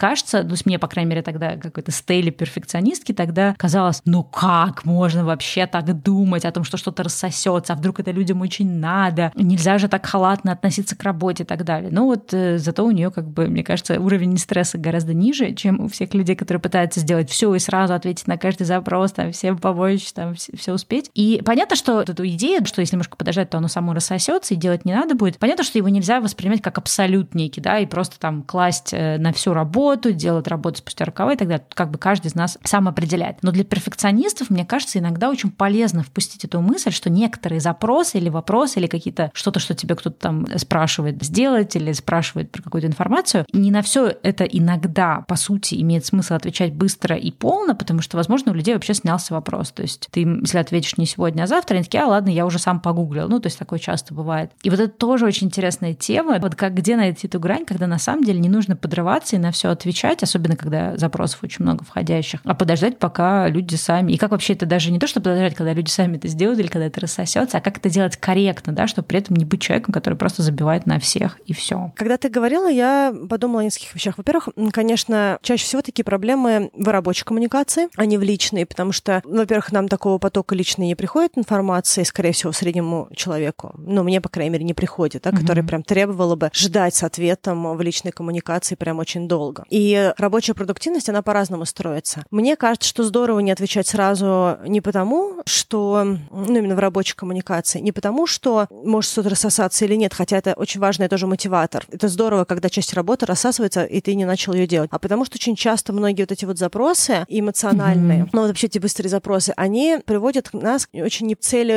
то есть мне, по крайней мере, тогда какой-то стейли перфекционистки тогда казалось, ну как можно вообще так думать о том, что что-то рассосется, а вдруг это людям очень надо, нельзя же так халатно относиться к работе и так далее. Но вот зато у нее, как бы, мне кажется, уровень стресса гораздо ниже, чем у всех людей, которые пытаются сделать все и сразу ответить на каждый запрос, там, всем помочь, там, все успеть. И понятно, что эту идею, что если немножко подождать, то оно само рассосется и делать не надо будет. Понятно, что его нельзя воспринимать как абсолют некий, да, и просто там класть на всю работу, делать работу спустя рукава и так далее. Как бы каждый из нас сам определяет. Но для перфекционистов, мне кажется, иногда очень полезно впустить эту мысль, что некоторые запросы или вопросы, или какие-то что-то, что тебе кто-то там спрашивает сделать или спрашивает про какую-то информацию, не на все это иногда, по сути, имеет смысл отвечать быстро и полно, потому что, возможно, у людей вообще снялся вопрос. То есть ты, если ответишь не сегодня, а завтра, они такие, ладно, я уже сам погуглил. Ну, то есть такое часто бывает. И вот это тоже очень интересная тема. Вот как где найти эту грань, когда на самом деле не нужно подрываться и на все отвечать, особенно когда запросов очень много входящих, а подождать, пока люди сами. И как вообще это даже не то, что подождать, когда люди сами это сделают или когда это рассосется, а как это делать корректно, да, чтобы при этом не быть человеком, который просто забивает на всех и все. Когда ты говорила, я подумала о нескольких вещах. Во-первых, конечно, чаще всего такие проблемы в рабочей коммуникации, а не в личной, потому что, во-первых, нам такого потока личной не приходит информации, скорее всего, среднему человеку. Ну, мне, по крайней мере, не приходит, да, который прям требовало бы ждать с ответом в личной коммуникации прям очень долго. И рабочая продуктивность, она по-разному строится. Мне кажется, что здорово не отвечать сразу не потому, что, ну, именно в рабочей коммуникации, не потому, что может что-то рассосаться или нет, хотя это очень важный тоже мотиватор. Это здорово, когда часть работы рассасывается, и ты не начал ее делать. А потому что очень часто многие вот эти вот запросы эмоциональные, ну, вот вообще эти быстрые запросы, они приводят нас к очень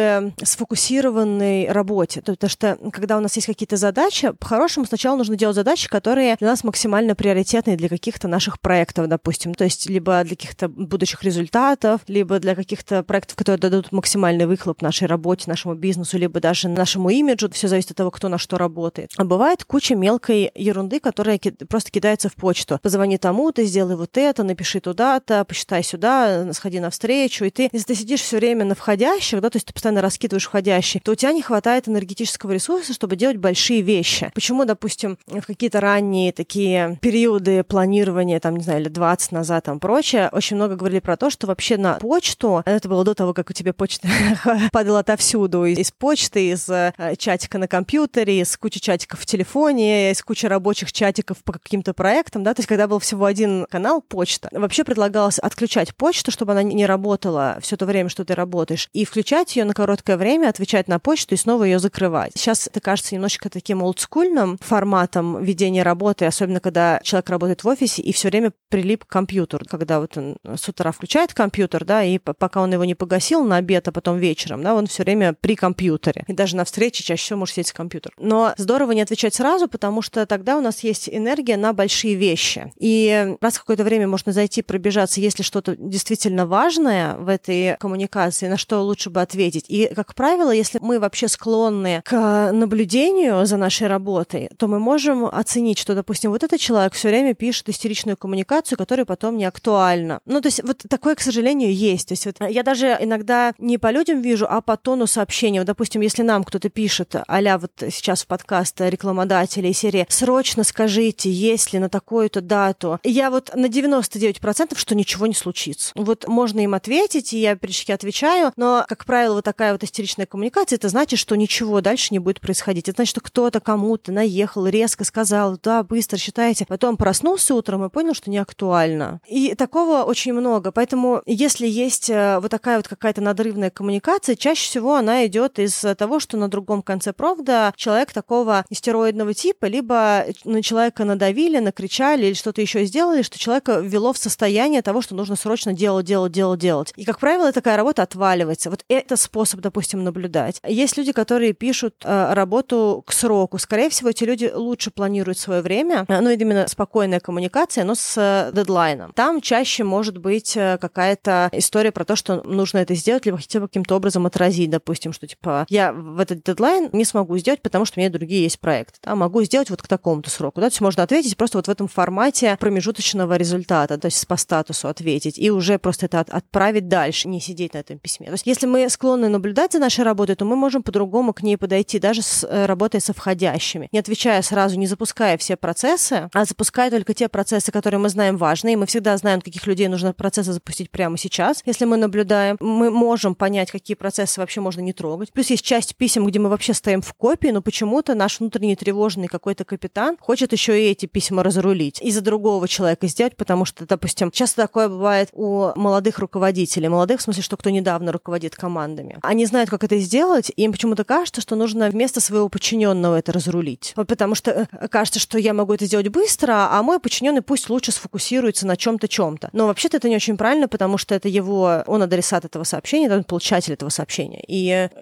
сфокусированной работе. Потому что, когда у нас есть какие-то задачи, по-хорошему сначала нужно делать задачи, которые для нас максимально приоритетны для каких-то наших проектов, допустим. То есть либо для каких-то будущих результатов, либо для каких-то проектов, которые дадут максимальный выхлоп нашей работе, нашему бизнесу, либо даже нашему имиджу. Все зависит от того, кто на что работает. А бывает куча мелкой ерунды, которая просто кидается в почту. Позвони тому-то, сделай вот это, напиши туда-то, посчитай сюда, сходи навстречу. И ты, если ты сидишь все время на входящих, да, то есть ты постоянно раскидываешь входящие, то у тебя не хватает энергетического ресурса, чтобы делать большие вещи. Почему, допустим, в какие-то ранние такие периоды планирования, там, не знаю, лет 20 назад, там, прочее, очень много говорили про то, что вообще на почту, это было до того, как у тебя почта падала отовсюду, из почты, из чатика на компьютере, из кучи чатиков в телефоне, из кучи рабочих чатиков по каким-то проектам, да, то есть когда был всего один канал, почта, вообще предлагалось отключать почту, чтобы она не работала все то время, что ты работаешь, и включать ее на короткое время, отвечать на почту и снова ее закрывать. Сейчас это кажется немножечко таким олдскульным форматом ведения работы, особенно когда человек работает в офисе и все время прилип к компьютеру, когда вот он с утра включает компьютер, да, и пока он его не погасил на обед, а потом вечером, да, он все время при компьютере. И даже на встрече чаще всего может сидеть с компьютером. Но здорово не отвечать сразу, потому что тогда у нас есть энергия на большие вещи. И раз в какое-то время можно зайти, пробежаться, если что-то действительно важное в этой коммуникации, на что лучше бы ответить. И, как правило, если мы вообще склонны к наблюдению за нашей работой, то мы можем оценить, что, допустим, вот этот человек все время пишет истеричную коммуникацию, которая потом не актуальна. Ну, то есть вот такое, к сожалению, есть. То есть вот я даже иногда не по людям вижу, а по тону сообщения. Вот, допустим, если нам кто-то пишет, а-ля вот сейчас в подкаст рекламодателей серии «Срочно скажите, есть ли на такую-то дату». Я вот на 99%, что ничего не случится. Вот можно им ответить, и я периодически отвечаю, но, как правило, вот такая вот истеричная коммуникация, это значит, что ничего дальше не будет происходить. Это значит, что кто-то кому-то наехал, резко сказал, да, быстро считайте. Потом проснулся утром и понял, что не актуально. И такого очень много. Поэтому, если есть вот такая вот какая-то надрывная коммуникация, чаще всего она идет из того, что на другом конце провода человек такого истероидного типа, либо на человека надавили, накричали или что-то еще сделали, что человека ввело в состояние того, что нужно срочно делать. И, как правило, такая работа отваливается. Вот это способ, допустим, наблюдать. Есть люди, которые пишут работу к сроку. Скорее всего, эти люди лучше планируют свое время, ну, именно спокойная коммуникация, но с дедлайном. Там чаще может быть какая-то история про то, что нужно это сделать, либо хотя бы каким-то образом отразить, допустим, что, типа, я в этот дедлайн не смогу сделать, потому что у меня другие есть проекты. Да? Могу сделать вот к такому-то сроку. Да? То есть можно ответить просто вот в этом формате промежуточного результата, то есть по статусу ответить, и уже просто это отправить дальше, не сидеть на этом письме. То есть если мы склонны наблюдать за нашей работой, то мы можем по-другому к ней подойти, даже работая со входящими, не отвечая сразу, не запуская все процессы, а запуская только те процессы, процессы, которые мы знаем важны, и мы всегда знаем, каких людей нужно процессы запустить прямо сейчас. Если мы наблюдаем, мы можем понять, какие процессы вообще можно не трогать. Плюс есть часть писем, где мы вообще стоим в копии, но почему-то наш внутренний тревожный какой-то капитан хочет еще и эти письма разрулить и за другого человека сделать, потому что, допустим, часто такое бывает у молодых руководителей. Молодых, в смысле, что кто недавно руководит командами. Они знают, как это сделать, и им почему-то кажется, что нужно вместо своего подчиненного это разрулить. Вот потому что кажется, что я могу это сделать быстро, а мой подчиненный пусть лучше сфокусируется на чем-то. Но вообще-то это не очень правильно, потому что это он адресат этого сообщения, он получатель этого сообщения. И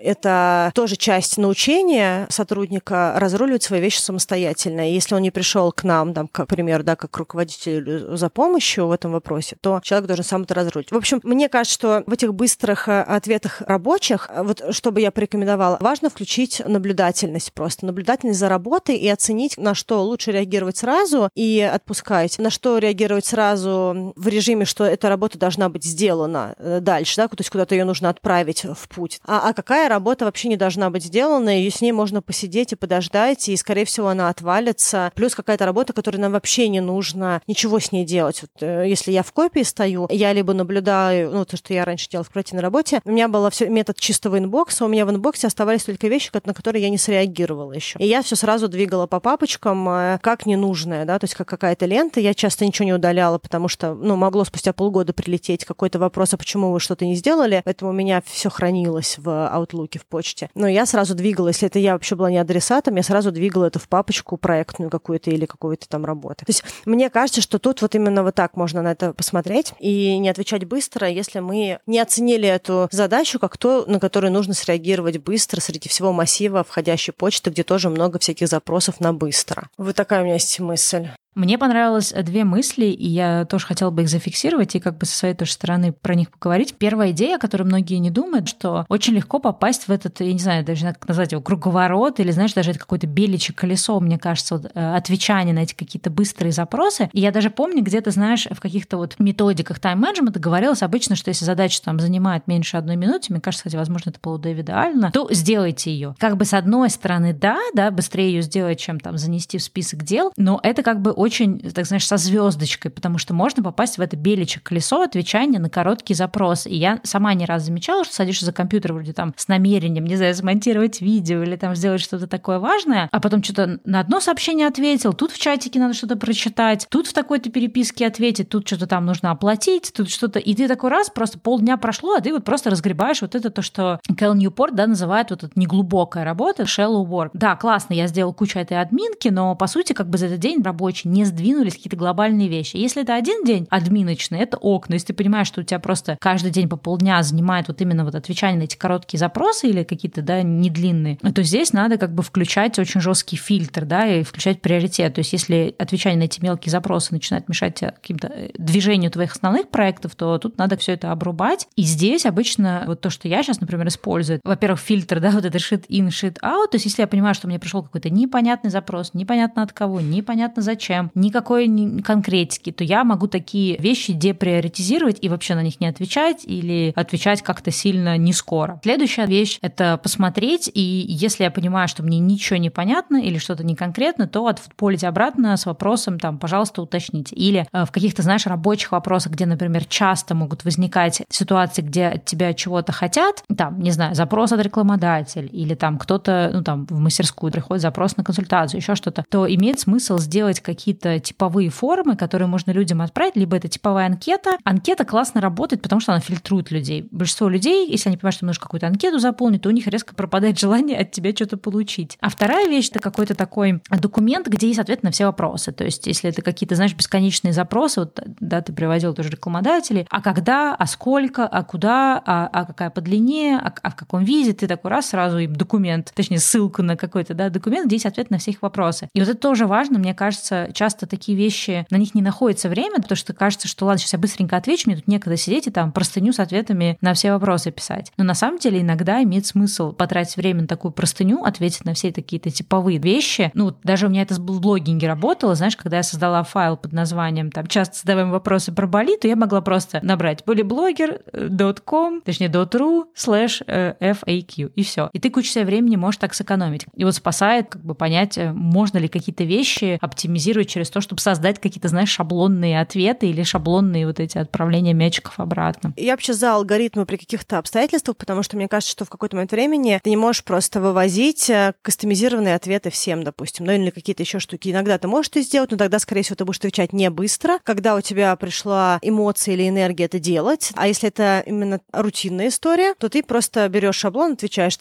это тоже часть научения сотрудника разруливать свои вещи самостоятельно. И если он не пришел к нам, там, к примеру, да, как к руководителю за помощью в этом вопросе, то человек должен сам это разрулить. В общем, мне кажется, что в этих быстрых ответах рабочих, вот что бы я порекомендовала, важно включить наблюдательность просто. Наблюдательность за работой и оценить, на что лучше реагировать сразу и отпускать, на что реагировать сразу в режиме, что эта работа должна быть сделана дальше, да, то есть куда-то ее нужно отправить в путь. А какая работа вообще не должна быть сделана, и с ней можно посидеть и подождать, и, скорее всего, она отвалится. Плюс какая-то работа, которой нам вообще не нужно ничего с ней делать. Вот, если я в копии стою, я либо наблюдаю, то, что я раньше делала в корпоративной работе, у меня был метод чистого инбокса, у меня в инбоксе оставались только вещи, на которые я не среагировала еще. И я все сразу двигала по папочкам, как ненужное, да, то есть как какая-то лента. Я часто ничего не удаляла, потому что, могло спустя полгода прилететь какой-то вопрос, а почему вы что-то не сделали, поэтому у меня все хранилось в Outlook, в почте. Но я сразу двигала, если это я вообще была не адресатом, я сразу двигала это в папочку проектную какую-то или какую-то там работу. То есть мне кажется, что тут вот именно вот так можно на это посмотреть и не отвечать быстро, если мы не оценили эту задачу как то, на которую нужно среагировать быстро среди всего массива входящей почты, где тоже много всяких запросов на быстро. Вот такая у меня есть мысль. Мне понравилось две мысли, и я тоже хотела бы их зафиксировать и как бы со своей тоже стороны про них поговорить. Первая идея, о которой многие не думают, что очень легко попасть в этот, я не знаю, даже как назвать его, круговорот, или, знаешь, даже это какое-то беличье колесо, мне кажется, вот, отвечание на эти какие-то быстрые запросы. И я даже помню, где-то, знаешь, в каких-то вот методиках тайм-менеджмента говорилось обычно, что если задача там занимает меньше 1 минуты, мне кажется, кстати, возможно, это было у Дэвида Аллена, то сделайте ее. Как бы с одной стороны, да, быстрее ее сделать, чем там занести в список дел, но это как бы очень, так знаешь, со звездочкой, потому что можно попасть в это беличье колесо отвечания на короткий запрос. И я сама не раз замечала, что садишься за компьютер вроде там с намерением, не знаю, смонтировать видео или там сделать что-то такое важное, а потом что-то на одно сообщение ответил, тут в чатике надо что-то прочитать, тут в такой-то переписке ответить, тут что-то там нужно оплатить, тут что-то. И ты такой раз, просто полдня прошло, а ты вот просто разгребаешь вот это то, что Кэл Ньюпорт, да, называет вот это неглубокая работа, shallow work. Да, классно, я сделал кучу этой админки, но по сути как бы за этот день рабочий не сдвинулись какие-то глобальные вещи. Если это один день админочный, это ок, но если ты понимаешь, что у тебя просто каждый день по полдня занимает вот именно вот отвечание на эти короткие запросы или какие-то, да, не длинные, то здесь надо как бы включать очень жесткий фильтр, да, и включать приоритет. То есть если отвечание на эти мелкие запросы начинает мешать каким-то движению твоих основных проектов, то тут надо все это обрубать. И здесь обычно вот то, что я сейчас, например, использую, во-первых, фильтр, да, вот это shit in, shit out. То есть если я понимаю, что мне пришел какой-то непонятный запрос, непонятно от кого, непонятно зачем, никакой конкретики, то я могу такие вещи деприоритизировать и вообще на них не отвечать или отвечать как-то сильно не скоро. Следующая вещь — это посмотреть, и если я понимаю, что мне ничего не понятно или что-то не конкретно, то отфутболить обратно с вопросом, там, пожалуйста, уточните. Или в каких-то, знаешь, рабочих вопросах, где, например, часто могут возникать ситуации, где от тебя чего-то хотят, там, не знаю, запрос от рекламодателя или там кто-то, ну, там, в мастерскую приходит запрос на консультацию, еще что-то, то имеет смысл сделать какие-то типовые формы, которые можно людям отправить, либо это типовая анкета. Анкета классно работает, потому что она фильтрует людей. Большинство людей, если они понимают, что нужно какую-то анкету заполнить, то у них резко пропадает желание от тебя что-то получить. А вторая вещь — это какой-то такой документ, где есть ответ на все вопросы. То есть если это какие-то, знаешь, бесконечные запросы, вот, да, ты приводил тоже рекламодателей, а когда, а сколько, а куда, а какая по длине, а в каком виде, ты такой раз сразу им документ, точнее ссылку на какой-то, да, документ, где есть ответ на все их вопросы. И вот это тоже важно, мне кажется, часто такие вещи, на них не находится время, потому что кажется, что ладно, сейчас я быстренько отвечу, мне тут некогда сидеть и там простыню с ответами на все вопросы писать. Но на самом деле иногда имеет смысл потратить время на такую простыню, ответить на все такие-то типовые вещи. Ну, даже у меня это в блогинге работало, знаешь, когда я создала файл под названием там часто задаваемые вопросы про Бали, то я могла просто набрать bolyblogger.com, точнее .ru/FAQ, и все. И ты кучу своего времени можешь так сэкономить. И вот спасает как бы понять, можно ли какие-то вещи оптимизировать мотивирует через то, чтобы создать какие-то, знаешь, шаблонные ответы или шаблонные вот эти отправления мячиков обратно. Я вообще за алгоритмы при каких-то обстоятельствах, потому что мне кажется, что в какой-то момент времени ты не можешь просто вывозить кастомизированные ответы всем, допустим, ну или какие-то еще штуки. Иногда ты можешь это сделать, но тогда, скорее всего, ты будешь отвечать не быстро, когда у тебя пришла эмоция или энергия это делать. А если это именно рутинная история, то ты просто берешь шаблон, отвечаешь.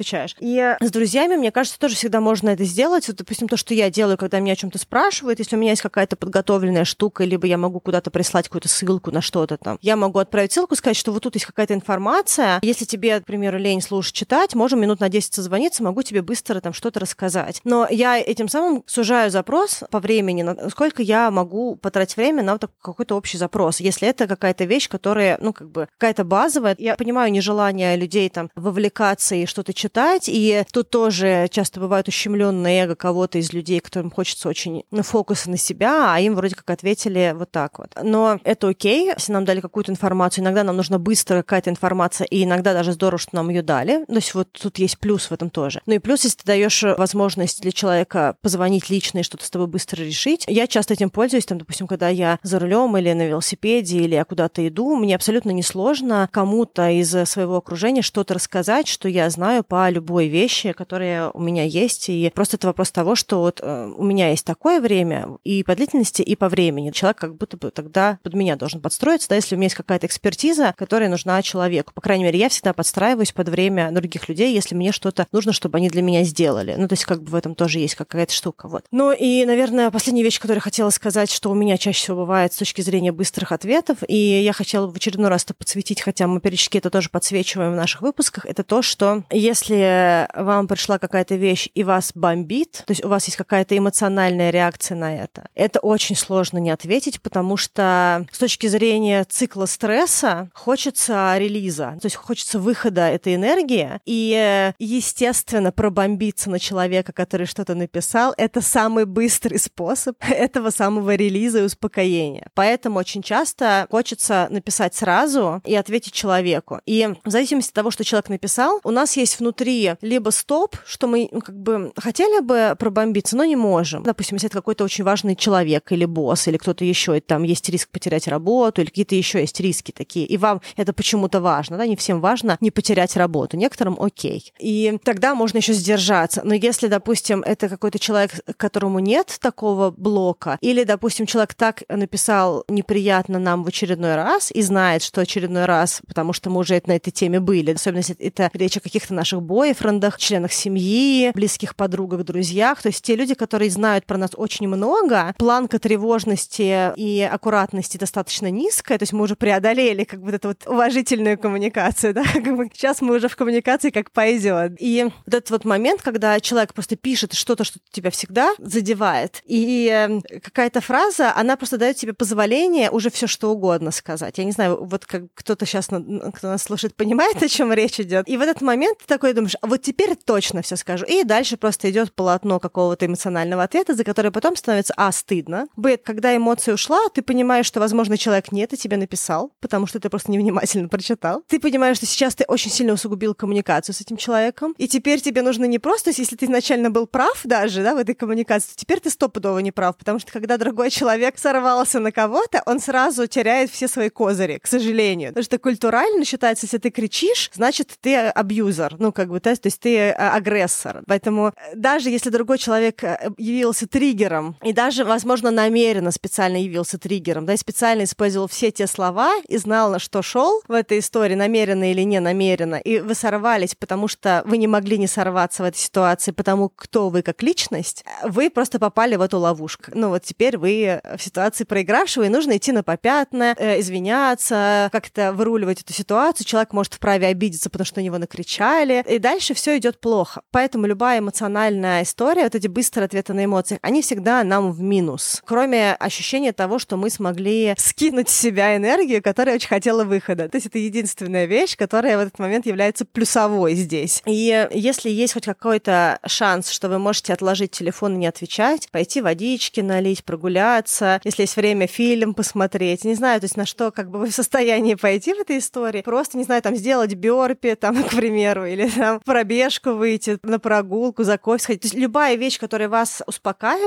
И с друзьями, мне кажется, тоже всегда можно это сделать. Вот, допустим, то, что я делаю, когда меня о чем-то спрашивают, если у меня есть какая-то подготовленная штука, либо я могу куда-то прислать какую-то ссылку на что-то там, я могу отправить ссылку, сказать, что вот тут есть какая-то информация. Если тебе, к примеру, лень слушать, читать, можем минут на 10 созвониться, могу тебе быстро там что-то рассказать. Но я этим самым сужаю запрос по времени, насколько я могу потратить время на вот какой-то общий запрос. Если это какая-то вещь, которая, ну, как бы какая-то базовая. Я понимаю нежелание людей там вовлекаться и что-то читать, и тут тоже часто бывает ущемленное эго кого-то из людей, которым хочется очень фокуса на себя, а им вроде как ответили вот так вот. Но это окей, если нам дали какую-то информацию. Иногда нам нужна быстро какая-то информация, и иногда даже здорово, что нам ее дали. То есть вот тут есть плюс в этом тоже. Ну и плюс, если ты даешь возможность для человека позвонить лично и что-то с тобой быстро решить. Я часто этим пользуюсь, там, допустим, когда я за рулем или на велосипеде, или я куда-то иду, мне абсолютно несложно кому-то из своего окружения что-то рассказать, что я знаю по любой вещи, которая у меня есть. И просто это вопрос того, что вот у меня есть такое время и по длительности, и по времени. Человек как будто бы тогда под меня должен подстроиться, да, если у меня есть какая-то экспертиза, которая нужна человеку. По крайней мере, я всегда подстраиваюсь под время других людей, если мне что-то нужно, чтобы они для меня сделали. Ну, то есть как бы в этом тоже есть какая-то штука. Вот. Ну и, наверное, последняя вещь, которую я хотела сказать, что у меня чаще всего бывает с точки зрения быстрых ответов, и я хотела в очередной раз это подсветить, хотя мы периодически это тоже подсвечиваем в наших выпусках, это то, что если вам пришла какая-то вещь и вас бомбит, то есть у вас есть какая-то эмоциональная реакция на это очень сложно не ответить, потому что с точки зрения цикла стресса хочется релиза, то есть хочется выхода этой энергии, и, естественно, пробомбиться на человека, который что-то написал, это самый быстрый способ этого самого релиза и успокоения. Поэтому очень часто хочется написать сразу и ответить человеку. И в зависимости от того, что человек написал, у нас есть внутри либо стоп, что мы как бы хотели бы пробомбиться, но не можем. Допустим, если это какой-то очень важный человек или босс, или кто-то еще, и там есть риск потерять работу, или какие-то еще есть риски такие, и вам это почему-то важно, да, не всем важно не потерять работу, некоторым окей. И тогда можно еще сдержаться. Но если, допустим, это какой-то человек, которому нет такого блока, или, допустим, человек так написал неприятно нам в очередной раз и знает, что очередной раз, потому что мы уже на этой теме были, особенно если это речь о каких-то наших бойфрендах, членах семьи, близких подругах, друзьях, то есть те люди, которые знают про нас очень много, планка тревожности и аккуратности достаточно низкая, то есть мы уже преодолели как бы вот эту вот уважительную коммуникацию, да, как бы сейчас мы уже в коммуникации как пойдет. И вот этот вот момент, когда человек просто пишет что-то, что тебя всегда задевает, и какая-то фраза, она просто дает тебе позволение уже все что угодно сказать. Я не знаю, вот как кто-то сейчас, кто нас слушает, понимает, о чем речь идет. И в этот момент ты такой думаешь, а вот теперь точно все скажу. И дальше просто идет полотно какого-то эмоционального ответа, за которое потом становится стыдно. Когда эмоция ушла, ты понимаешь, что, возможно, человек не это тебе написал, потому что ты просто невнимательно прочитал. Ты понимаешь, что сейчас ты очень сильно усугубил коммуникацию с этим человеком, и теперь тебе нужно не просто, если ты изначально был прав даже, да, в этой коммуникации, то теперь ты стопудово не прав, потому что когда другой человек сорвался на кого-то, он сразу теряет все свои козыри, к сожалению. Потому что культурально считается, если ты кричишь, значит, ты абьюзер, ну, как бы, то есть ты агрессор. Поэтому даже если другой человек явился триггером, и даже, возможно, намеренно специально явился триггером, да, и специально использовал все те слова и знал, на что шел в этой истории, намеренно или не намеренно, и вы сорвались, потому что вы не могли не сорваться в этой ситуации, потому кто вы как личность, вы просто попали в эту ловушку. Ну вот теперь вы в ситуации проигравшего, и нужно идти на попятное, извиняться, как-то выруливать эту ситуацию. Человек может вправе обидеться, потому что на него накричали, и дальше все идет плохо. Поэтому любая эмоциональная история, вот эти быстрые ответы на эмоции, они всегда нам в минус. Кроме ощущения того, что мы смогли скинуть с себя энергию, которая очень хотела выхода. То есть это единственная вещь, которая в этот момент является плюсовой здесь. И если есть хоть какой-то шанс, что вы можете отложить телефон и не отвечать, пойти водички налить, прогуляться, если есть время, фильм посмотреть, не знаю, то есть на что как бы вы в состоянии пойти в этой истории, просто, не знаю, там сделать бёрпи, там, к примеру, или там пробежку выйти, на прогулку, за кофе сходить. То есть любая вещь, которая вас успокаивает,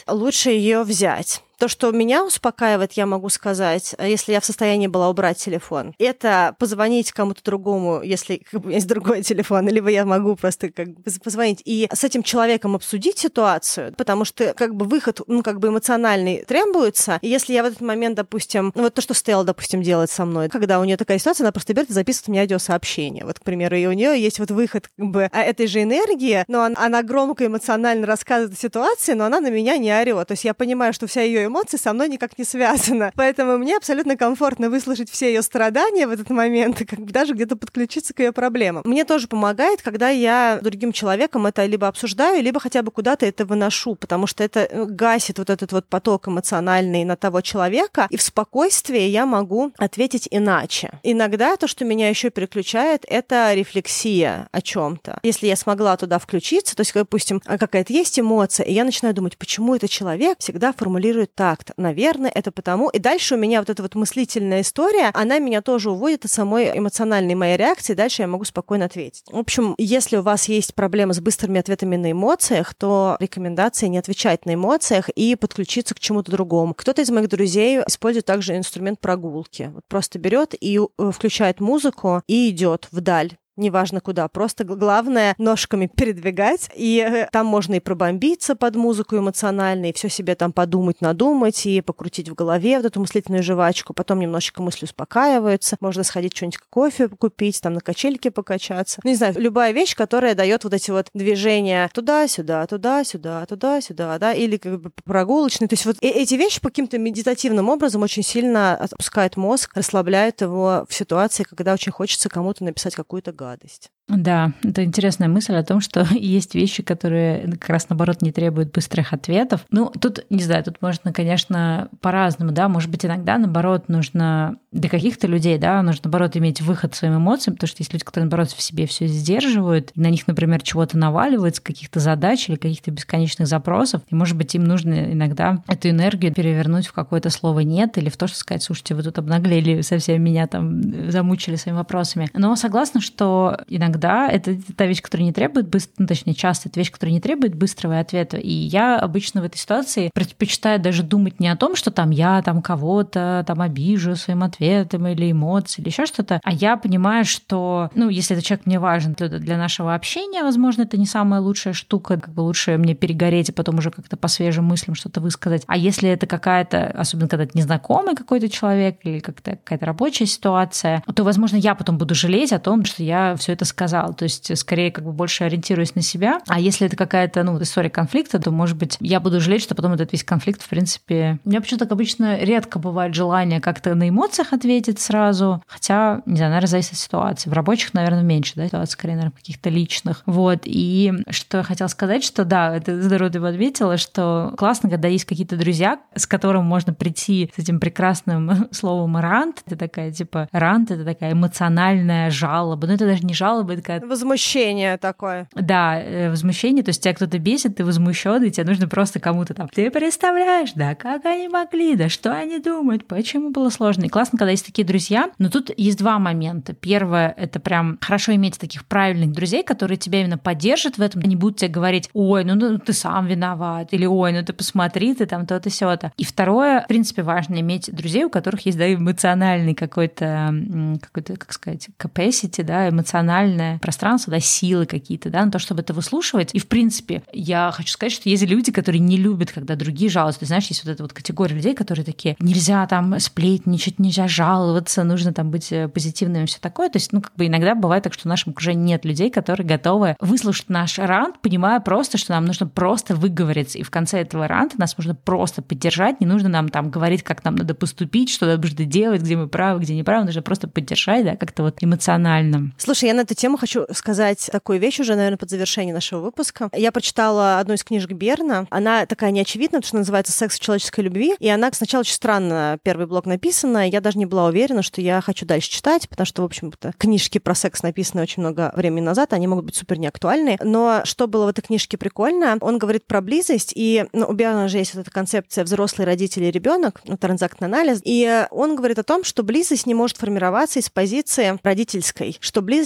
лучше ее взять. То, что меня успокаивает, я могу сказать, если я в состоянии была убрать телефон, это позвонить кому-то другому, если у меня есть другой телефон, либо я могу просто позвонить и с этим человеком обсудить ситуацию, потому что выход, эмоциональный требуется. И если я в этот момент, допустим, вот то, что Стелла, допустим, делает со мной, когда у нее такая ситуация, она просто берет и записывает мне аудиосообщение. Вот, к примеру, и у нее есть вот выход этой же энергии, но она громко эмоционально рассказывает о ситуации, но она на меня не орет. То есть я понимаю, что вся ее эмоции со мной никак не связаны. Поэтому мне абсолютно комфортно выслушать все ее страдания в этот момент и даже где-то подключиться к ее проблемам. Мне тоже помогает, когда я другим человеком это либо обсуждаю, либо хотя бы куда-то это выношу, потому что это гасит вот этот вот поток эмоциональный на того человека, и в спокойствии я могу ответить иначе. Иногда то, что меня еще переключает, это рефлексия о чем-то. Если я смогла туда включиться, то есть, допустим, какая-то есть эмоция, и я начинаю думать, почему этот человек всегда формулирует так-то. Наверное, это потому. И дальше у меня вот эта вот мыслительная история, она меня тоже уводит от самой эмоциональной моей реакции, дальше я могу спокойно ответить. В общем, если у вас есть проблемы с быстрыми ответами на эмоциях, то рекомендация не отвечать на эмоциях и подключиться к чему-то другому. Кто-то из моих друзей использует также инструмент прогулки. Вот просто берет и включает музыку и идет вдаль. Неважно куда, просто главное ножками передвигать, и там можно и пробомбиться под музыку эмоционально, и все себе там подумать, надумать, и покрутить в голове вот эту мыслительную жвачку, потом немножечко мысли успокаиваются, можно сходить что-нибудь кофе купить, там на качельке покачаться. Ну, не знаю, любая вещь, которая дает вот эти вот движения туда-сюда, туда-сюда, туда-сюда, да, или прогулочные. То есть вот эти вещи по каким-то медитативным образом очень сильно отпускают мозг, расслабляют его в ситуации, когда очень хочется кому-то написать какую-то гадость. Да, это интересная мысль о том, что есть вещи, которые как раз наоборот не требуют быстрых ответов. Ну, тут, не знаю, тут можно, конечно, по-разному, да, может быть, иногда, наоборот, нужно для каких-то людей, да, нужно, наоборот, иметь выход своим эмоциям, потому что есть люди, которые, наоборот, в себе все сдерживают, на них, например, чего-то наваливается, каких-то задач или каких-то бесконечных запросов, и, может быть, им нужно иногда эту энергию перевернуть в какое-то слово «нет» или в то, что сказать, слушайте, вы тут обнаглели, совсем меня там замучили своими вопросами. Но согласна, что иногда это та вещь, которая не требует точнее, часто это вещь, которая не требует быстрого ответа. И я обычно в этой ситуации предпочитаю даже думать не о том, что там я там кого-то там обижу своим ответом или эмоцией, или еще что-то, а я понимаю, что, ну, если этот человек мне важен для нашего общения, возможно, это не самая лучшая штука, лучше мне перегореть и потом уже как-то по свежим мыслям что-то высказать. А если это какая-то, особенно когда это незнакомый какой-то человек или какая-то рабочая ситуация, то, возможно, я потом буду жалеть о том, что я все это сказала. То есть скорее больше ориентируюсь на себя. А если это какая-то, история конфликта, то, может быть, я буду жалеть, что потом этот весь конфликт, в принципе... У меня почему-то так обычно редко бывает желание как-то на эмоциях ответить сразу. Хотя, не знаю, наверное, зависит от ситуации. В рабочих, наверное, меньше, да, ситуаций, скорее, наверное, каких-то личных. Вот. И что я хотела сказать, что да, это здорово ты ответила, что классно, когда есть какие-то друзья, с которым можно прийти с этим прекрасным словом «рант». Это такая, типа, рант — это такая эмоциональная жалоба. Но это даже не жалоба, это такая... Возмущение такое. Да, возмущение, то есть тебя кто-то бесит, ты возмущен, и тебе нужно просто кому-то там: ты представляешь, да как они могли, да что они думают, почему было сложно. И классно, когда есть такие друзья, но тут есть два момента. Первое — это прям хорошо иметь таких правильных друзей, которые тебя именно поддержат в этом, они будут тебе говорить: ой, ну ты сам виноват, или ой, ну ты посмотри, ты там то-то, сё-то. И второе, в принципе, важно иметь друзей, у которых есть, да, эмоциональный какой-то, как сказать, capacity, да, эмоциональное пространство, да, силы какие-то, да, на то, чтобы это выслушивать. И, в принципе, я хочу сказать, что есть люди, которые не любят, когда другие жалуются. Ты знаешь, есть вот эта вот категория людей, которые такие: нельзя там сплетничать, нельзя жаловаться, нужно там быть позитивным и все такое. То есть, иногда бывает так, что в нашем окружении нет людей, которые готовы выслушать наш рант, понимая просто, что нам нужно просто выговориться. И в конце этого ранта нас нужно просто поддержать, не нужно нам там говорить, как нам надо поступить, что нам нужно делать, где мы правы, где неправы, нужно просто поддержать, да, как-то вот эмоционально. Слушай, я на эту тему хочу сказать такую вещь уже, наверное, под завершение нашего выпуска. Я прочитала одну из книжек Берна. Она такая неочевидная, потому что называется «Секс в человеческой любви». И она сначала очень странно, первый блок написана. Я даже не была уверена, что я хочу дальше читать, потому что, в общем-то, книжки про секс написаны очень много времени назад, они могут быть супер неактуальны. Но что было в этой книжке прикольно, он говорит про близость, и у Берна же есть вот эта концепция взрослый, родитель и ребенок, транзактный анализ. И он говорит о том, что близость не может формироваться из позиции родительской, что близость, она всегда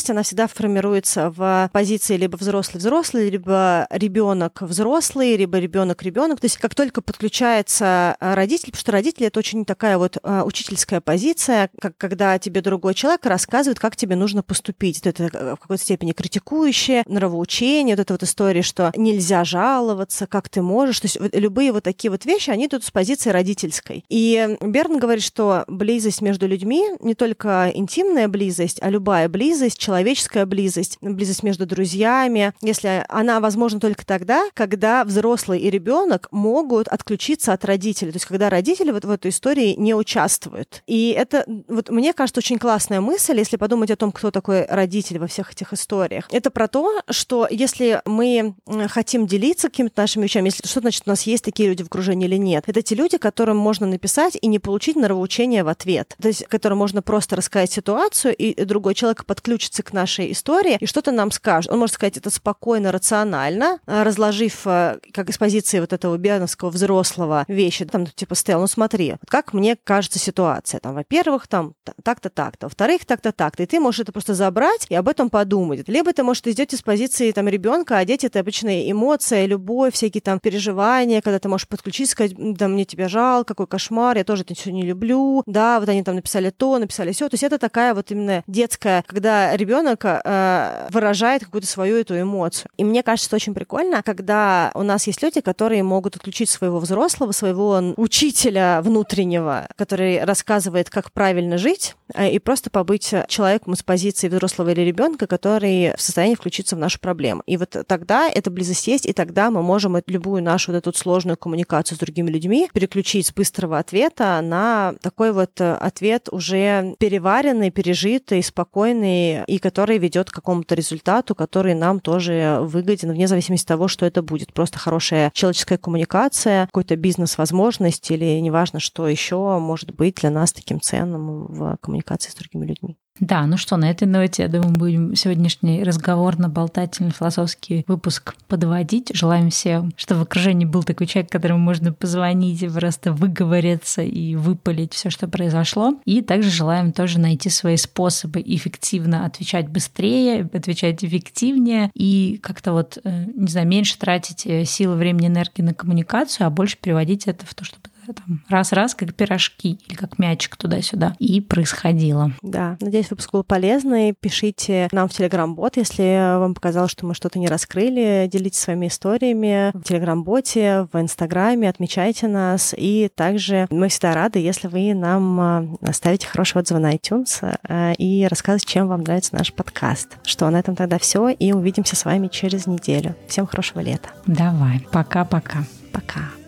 формируется в позиции либо взрослый-взрослый, либо ребенок-взрослый, либо ребенок-ребенок. То есть как только подключается родитель, потому что родители — это очень такая вот учительская позиция, когда тебе другой человек рассказывает, как тебе нужно поступить. Это в какой-то степени критикующее, нравоучение, вот эта вот история, что нельзя жаловаться, как ты можешь. То есть любые вот такие вот вещи, они идут с позиции родительской. И Берн говорит, что близость между людьми, не только интимная близость, а любая близость, человеческая близость, близость между друзьями, если она возможна только тогда, когда взрослый и ребенок могут отключиться от родителей. То есть когда родители вот в этой истории не участвуют. И это, вот мне кажется, очень классная мысль, если подумать о том, кто такой родитель во всех этих историях. Это про то, что если мы хотим делиться какими-то нашими вещами, если что значит, у нас есть такие люди в окружении или нет, это те люди, которым можно написать и не получить нравоучение в ответ. То есть которым можно просто рассказать ситуацию, и другой человек подключится к нашей истории и что-то нам скажет. Он может сказать это спокойно, рационально, разложив, как из позиции вот этого берновского взрослого вещи, там, типа, Стелл, ну смотри, вот как мне кажется ситуация, там, во-первых, там, так-то, так-то, во-вторых, так-то, так-то, и ты можешь это просто забрать и об этом подумать. Либо ты можешь идти с позиции, там, ребенка, а дети — это обычные эмоции, любовь, всякие там переживания, когда ты можешь подключиться, сказать, да, мне тебя жалко, какой кошмар, я тоже это все не люблю, да, вот они там написали то, написали сё. То есть это такая вот именно детская, когда ребенок выражает какую-то свою эту эмоцию. И мне кажется, что очень прикольно, когда у нас есть люди, которые могут отключить своего взрослого, своего учителя внутреннего, который рассказывает, как правильно жить, и просто побыть человеком с позиции взрослого или ребенка, который в состоянии включиться в нашу проблему. И вот тогда эта близость есть, и тогда мы можем любую нашу вот эту сложную коммуникацию с другими людьми переключить с быстрого ответа на такой вот ответ уже переваренный, пережитый, спокойный, и который ведет к какому-то результату, который нам тоже выгоден, вне зависимости от того, что это будет. Просто хорошая человеческая коммуникация, какой-то бизнес-возможность или неважно, что еще может быть для нас таким ценным в коммуникации с другими людьми. Да, ну что, на этой ноте, я думаю, будем сегодняшний разговорно-болтательный философский выпуск подводить. Желаем всем, чтобы в окружении был такой человек, которому можно позвонить и просто выговориться и выпалить все, что произошло. И также желаем тоже найти свои способы эффективно отвечать быстрее, отвечать эффективнее и как-то вот, не знаю, меньше тратить силы, времени, энергии на коммуникацию, а больше переводить это в то, чтобы там раз-раз, как пирожки или как мячик туда-сюда, и происходило. Да, надеюсь, выпуск был полезный. Пишите нам в Telegram-бот, если вам показалось, что мы что-то не раскрыли. Делитесь своими историями в Telegram-боте, в Инстаграме, отмечайте нас. И также мы всегда рады, если вы нам оставите хороший отзыв на iTunes и рассказывайте, чем вам нравится наш подкаст. Что, на этом тогда все, и увидимся с вами через неделю. Всем хорошего лета. Давай, пока-пока. Пока.